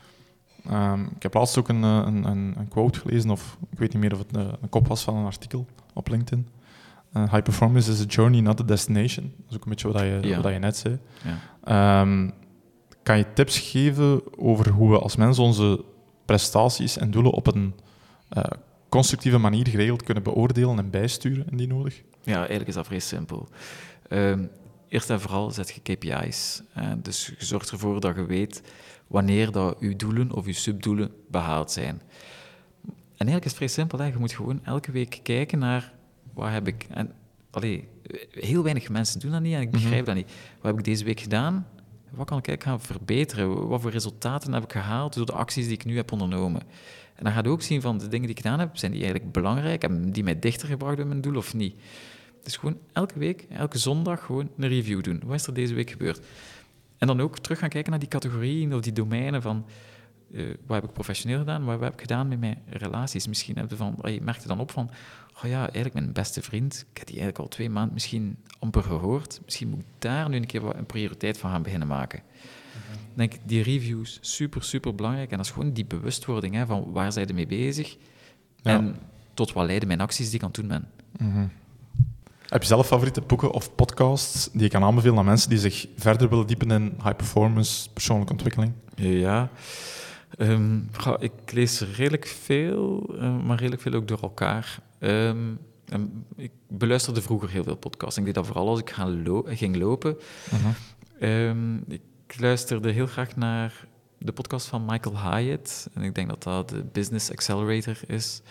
Um, ik heb laatst ook een, een, een, een quote gelezen, of ik weet niet meer of het een, een kop was van een artikel op LinkedIn. Uh, high performance is a journey, not a destination. Dat is ook een beetje wat je, ja. wat je net zei. Ja. Um, kan je tips geven over hoe we als mens onze prestaties en doelen op een uh, constructieve manier geregeld kunnen beoordelen en bijsturen, indien nodig? Ja, eigenlijk is dat vrij simpel. Um, eerst en vooral zet je K P I's. Uh, dus je zorgt ervoor dat je weet wanneer dat je doelen of je subdoelen behaald zijn. En eigenlijk is het vrij simpel. Hè? Je moet gewoon elke week kijken naar... Wat heb ik... En, allee, heel weinig mensen doen dat niet en ik begrijp mm-hmm. dat niet. Wat heb ik deze week gedaan? Wat kan ik eigenlijk gaan verbeteren? Wat voor resultaten heb ik gehaald door de acties die ik nu heb ondernomen? En dan ga je ook zien van de dingen die ik gedaan heb, zijn die eigenlijk belangrijk? Hebben die mij dichter gebracht bij mijn doel of niet? Dus gewoon elke week, elke zondag gewoon een review doen. Wat is er deze week gebeurd? En dan ook terug gaan kijken naar die categorieën of die domeinen van... Uh, wat heb ik professioneel gedaan? Wat heb ik gedaan met mijn relaties? Misschien heb je van, je merkt je dan op van... Oh ja, eigenlijk mijn beste vriend, ik heb die eigenlijk al twee maanden misschien amper gehoord. Misschien moet ik daar nu een keer een prioriteit van gaan beginnen maken. Mm-hmm. Ik denk, die reviews, super, super belangrijk. En dat is gewoon die bewustwording, hè, van waar zijn ze mee bezig? Ja. En tot wat leiden mijn acties die ik aan het doen ben. Mm-hmm. Heb je zelf favoriete boeken of podcasts die je kan aanbevelen aan mensen die zich verder willen diepen in high performance, persoonlijke ontwikkeling? Ja... Um, ga, ik lees redelijk veel, uh, maar redelijk veel ook door elkaar. Um, um, ik beluisterde vroeger heel veel podcasts. Ik deed dat vooral als ik ga lo- ging lopen. Uh-huh. Um, ik luisterde heel graag naar de podcast van Michael Hyatt. En ik denk dat dat de Business Accelerator is.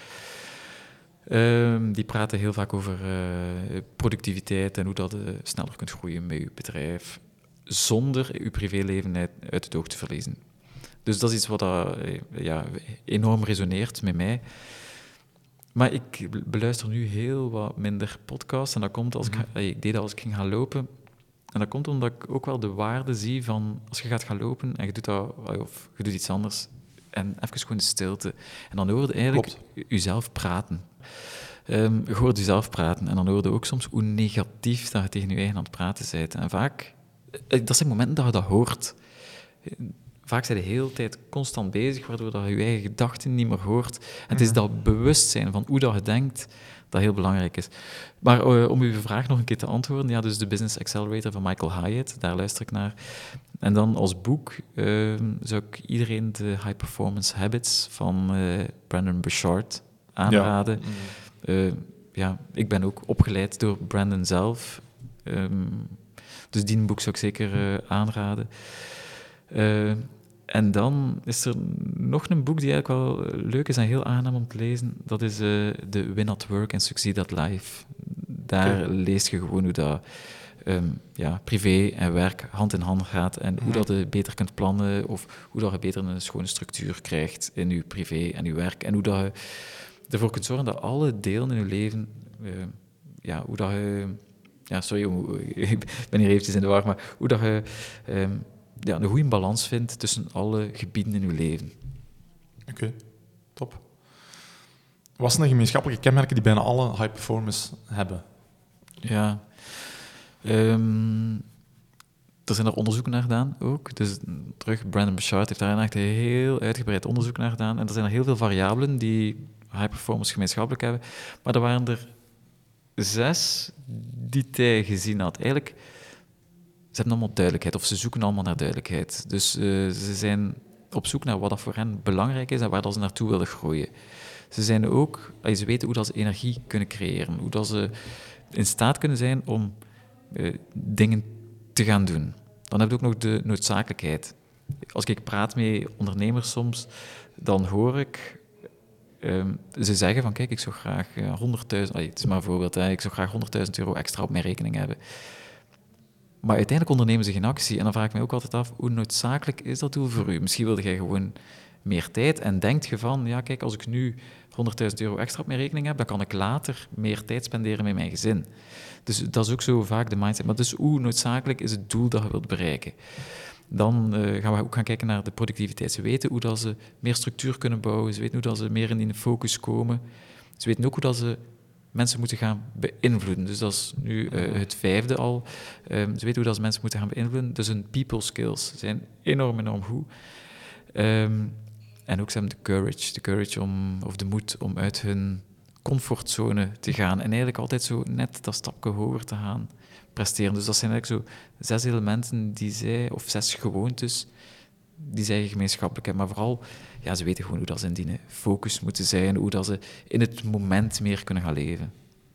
Um, die praten heel vaak over uh, productiviteit en hoe dat uh, sneller kunt groeien met je bedrijf, zonder je privéleven uit, uit het oog te verliezen. Dus dat is iets wat uh, ja, enorm resoneert met mij. Maar ik beluister nu heel wat minder podcasts. En dat komt als Mm-hmm. ik, ik deed dat als ik ging gaan lopen. En dat komt omdat ik ook wel de waarde zie van als je gaat gaan lopen en je doet dat, of je doet iets anders. En even gewoon de stilte. En dan hoor je eigenlijk Klopt. jezelf praten. Um, je hoort jezelf praten. En dan hoor je ook soms hoe negatief dat je tegen je eigen aan het praten bent. En vaak, dat zijn momenten dat je dat hoort. Vaak zijn je de hele tijd constant bezig, waardoor dat je je eigen gedachten niet meer hoort. En mm-hmm. het is dat bewustzijn van hoe dat je denkt, dat heel belangrijk is. Maar uh, om uw vraag nog een keer te antwoorden, ja, dus de Business Accelerator van Michael Hyatt, daar luister ik naar. En dan als boek uh, zou ik iedereen de High Performance Habits van uh, Brendon Burchard aanraden. Ja. Mm-hmm. Uh, ja, ik ben ook opgeleid door Brendon zelf. Um, dus die boek zou ik zeker uh, aanraden. Uh, en dan is er nog een boek die eigenlijk wel leuk is en heel aangenaam om te lezen. Dat is uh, The Win at Work and Succeed at Life. Daar okay. lees je gewoon hoe dat um, ja, privé en werk hand in hand gaat en mm-hmm. hoe dat je beter kunt plannen of hoe dat je beter een schone structuur krijgt in je privé en je werk. En hoe dat je ervoor kunt zorgen dat alle delen in je leven, uh, ja, hoe dat je... Ja, sorry, ik ben hier eventjes in de war, maar hoe dat je... Um, ja, een goede balans vindt tussen alle gebieden in je leven. Oké, okay, top. Wat zijn de gemeenschappelijke kenmerken die bijna alle high performers hebben? Ja, um, er zijn er onderzoeken naar gedaan ook. Dus terug, Brendon Burchard heeft daar echt een heel uitgebreid onderzoek naar gedaan. En er zijn er heel veel variabelen die high performers gemeenschappelijk hebben. Maar er waren er zes die hij gezien had. Eigenlijk... Ze hebben allemaal duidelijkheid, of ze zoeken allemaal naar duidelijkheid. Dus uh, ze zijn op zoek naar wat dat voor hen belangrijk is en waar dat ze naartoe willen groeien. Ze zijn ook, ze weten hoe dat ze energie kunnen creëren, hoe dat ze in staat kunnen zijn om uh, dingen te gaan doen. Dan heb je ook nog de noodzakelijkheid. Als ik praat met ondernemers soms, dan hoor ik... Um, ze zeggen van, kijk, ik zou graag uh, honderdduizend... Uh, het is maar een voorbeeld, hè, ik zou graag honderdduizend euro extra op mijn rekening hebben. Maar uiteindelijk ondernemen ze geen actie. En dan vraag ik me ook altijd af, hoe noodzakelijk is dat doel voor u? Misschien wilde jij gewoon meer tijd en denkt je van, ja kijk, als ik nu honderdduizend euro extra op mijn rekening heb, dan kan ik later meer tijd spenderen met mijn gezin. Dus dat is ook zo vaak de mindset. Maar dus hoe noodzakelijk is het doel dat je wilt bereiken? Dan uh, gaan we ook gaan kijken naar de productiviteit. Ze weten hoe dat ze meer structuur kunnen bouwen. Ze weten hoe dat ze meer in de focus komen. Ze weten ook hoe dat ze mensen moeten gaan beïnvloeden. Dus dat is nu uh, het vijfde al. Um, ze weten hoe dat ze mensen moeten gaan beïnvloeden. Dus hun people skills zijn enorm, enorm goed. Um, en ook ze hebben de courage. De courage om, of de moed om uit hun comfortzone te gaan. En eigenlijk altijd zo net dat stapje hoger te gaan presteren. Dus dat zijn eigenlijk zo zes elementen die zij, of zes gewoontes, die zij gemeenschappelijk hebben. Maar vooral, ja, ze weten gewoon hoe dat ze in die focus moeten zijn, hoe dat ze in het moment meer kunnen gaan leven.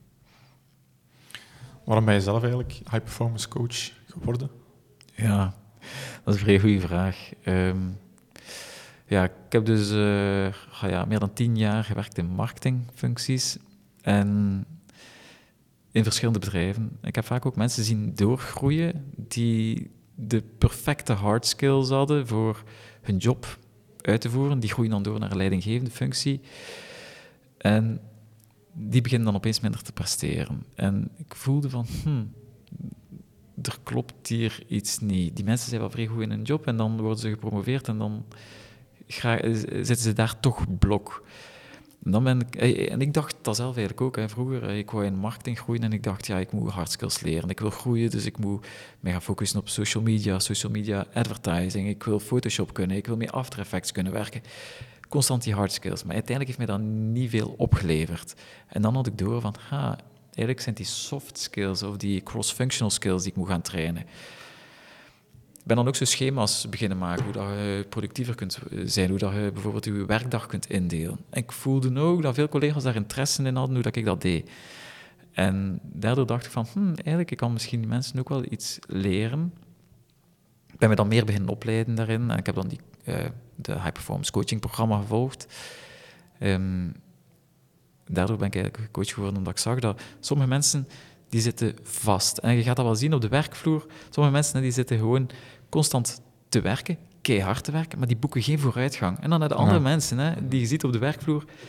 Waarom ben je zelf eigenlijk high-performance coach geworden? Ja, dat is een vrij goede vraag. Um, ja, ik heb dus uh, ja, meer dan tien jaar gewerkt in marketingfuncties en in verschillende bedrijven. Ik heb vaak ook mensen zien doorgroeien die de perfecte hard skills hadden voor hun job uit te voeren. Die groeien dan door naar een leidinggevende functie. En die beginnen dan opeens minder te presteren. En ik voelde van, hmm, er klopt hier iets niet. Die mensen zijn wel vrij goed in hun job en dan worden ze gepromoveerd en dan graag, zitten ze daar toch blok. En, dan ben ik, en ik dacht dat zelf eigenlijk ook. Hè. Vroeger, ik wou in marketing groeien en ik dacht, ja, ik moet hard skills leren. Ik wil groeien, dus ik moet me gaan focussen op social media, social media advertising. Ik wil Photoshop kunnen, ik wil met After Effects kunnen werken. Constant die hard skills. Maar uiteindelijk heeft mij dat niet veel opgeleverd. En dan had ik door van, ha, eigenlijk zijn die soft skills of die cross-functional skills die ik moet gaan trainen. Ik ben dan ook zo schema's beginnen maken, hoe dat je productiever kunt zijn, hoe dat je bijvoorbeeld je werkdag kunt indelen. En ik voelde ook dat veel collega's daar interesse in hadden, hoe dat ik dat deed. En daardoor dacht ik van, hm, eigenlijk ik kan misschien die mensen ook wel iets leren. Ik ben me dan meer beginnen opleiden daarin. En ik heb dan die, uh, de High Performance Coaching programma gevolgd. Um, daardoor ben ik eigenlijk coach geworden, omdat ik zag dat sommige mensen die zitten vast. En je gaat dat wel zien op de werkvloer. Sommige mensen die zitten gewoon constant te werken, keihard te werken, maar die boeken geen vooruitgang. En dan naar de andere ja. mensen, hè, die je ziet op de werkvloer,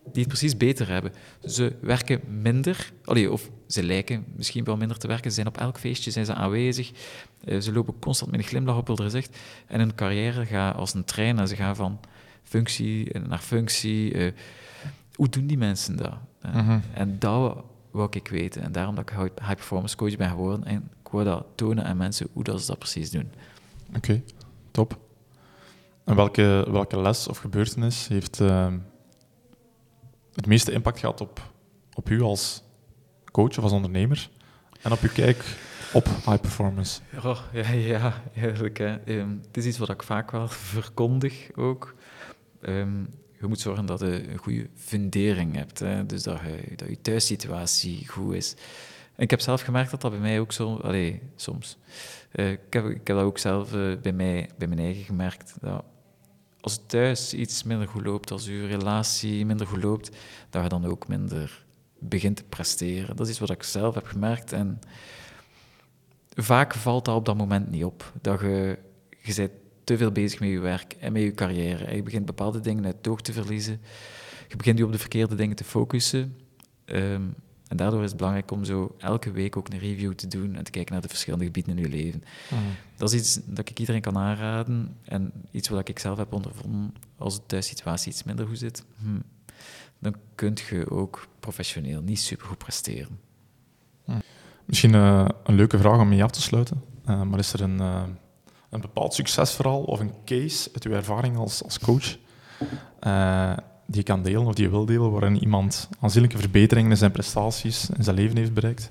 die het precies beter hebben. Ze werken minder, allee, of ze lijken misschien wel minder te werken. Ze zijn op elk feestje zijn ze aanwezig. Uh, ze lopen constant met een glimlach op hun gezicht. En hun carrière gaat als een trein en ze gaan van functie naar functie. Uh, hoe doen die mensen dat? Uh, mm-hmm. En dat wou ik weten. En daarom dat ik high performance coach ben geworden. En ik wou dat tonen aan mensen hoe dat ze dat precies doen. Oké, okay, top. En welke, welke les of gebeurtenis heeft uh, het meeste impact gehad op, op u als coach of als ondernemer en op uw kijk op high performance? Oh, ja, ja, eigenlijk. Hè. Um, het is iets wat ik vaak wel verkondig ook. Um, je moet zorgen dat je een goede fundering hebt. Hè. Dus dat je, dat je thuissituatie goed is. En ik heb zelf gemerkt dat dat bij mij ook zo... Allee, soms. Uh, ik, heb, ik heb dat ook zelf uh, bij, mij, bij mijn eigen gemerkt. Dat als thuis iets minder goed loopt, als je relatie minder goed loopt, dat je dan ook minder begint te presteren. Dat is iets wat ik zelf heb gemerkt. En vaak valt dat op dat moment niet op. Dat je, je bent te veel bezig met je werk en met je carrière. En je begint bepaalde dingen uit het oog te verliezen. Je begint je op de verkeerde dingen te focussen. Um, en daardoor is het belangrijk om zo elke week ook een review te doen en te kijken naar de verschillende gebieden in je leven. Mm. Dat is iets dat ik iedereen kan aanraden en iets wat ik zelf heb ondervonden. Als de thuissituatie iets minder goed zit, hmm, dan kun je ook professioneel niet supergoed presteren. Mm. Misschien uh, een leuke vraag om mee af te sluiten. Uh, maar is er een, uh, een bepaald succesverhaal of een case uit uw ervaring als, als coach uh, die je kan delen of die je wil delen, waarin iemand aanzienlijke verbeteringen in zijn prestaties in zijn leven heeft bereikt?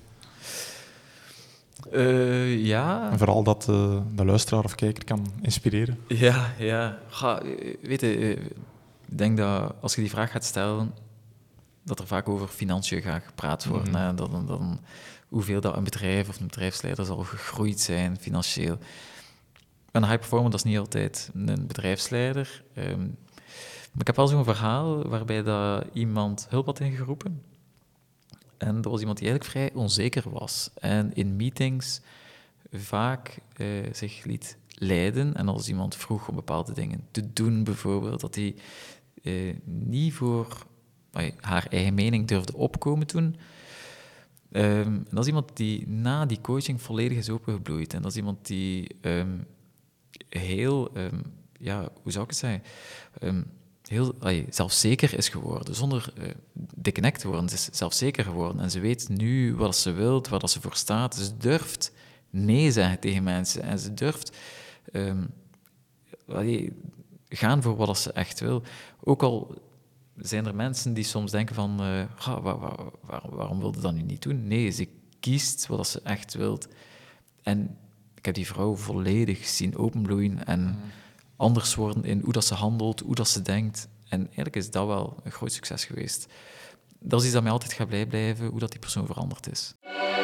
Uh, ja. En vooral dat uh, de luisteraar of kijker kan inspireren. Ja, ja. Ga, weet je, ik denk dat als je die vraag gaat stellen, dat er vaak over financiën gaat gepraat worden. Mm-hmm. Hè? Dat, dan, dan, hoeveel dat een bedrijf of een bedrijfsleider zal gegroeid zijn financieel. Een high performer, dat is niet altijd een bedrijfsleider. Um, Maar ik heb wel zo'n verhaal waarbij dat iemand hulp had ingeroepen. En er was iemand die eigenlijk vrij onzeker was. En in meetings vaak uh, zich liet leiden. En als iemand vroeg om bepaalde dingen te doen, bijvoorbeeld, dat hij uh, niet voor uh, haar eigen mening durfde opkomen toen. Um, en dat is iemand die na die coaching volledig is opengebloeid. En dat is iemand die um, heel, um, ja, hoe zou ik het zeggen... Um, heel allee, zelfzeker is geworden, zonder uh, dikke nek te worden. Ze is zelfzeker geworden en ze weet nu wat ze wil, waar dat ze voor staat. Ze durft nee zeggen tegen mensen en ze durft um, allee, gaan voor wat ze echt wil. Ook al zijn er mensen die soms denken van, uh, ah, waar, waar, waar, waarom wil je dat nu niet doen? Nee, ze kiest wat ze echt wil. En ik heb die vrouw volledig zien openbloeien en mm. anders worden in hoe dat ze handelt, hoe dat ze denkt. En eigenlijk is dat wel een groot succes geweest. Dat is iets dat mij altijd gaat blij blijven, hoe dat die persoon veranderd is.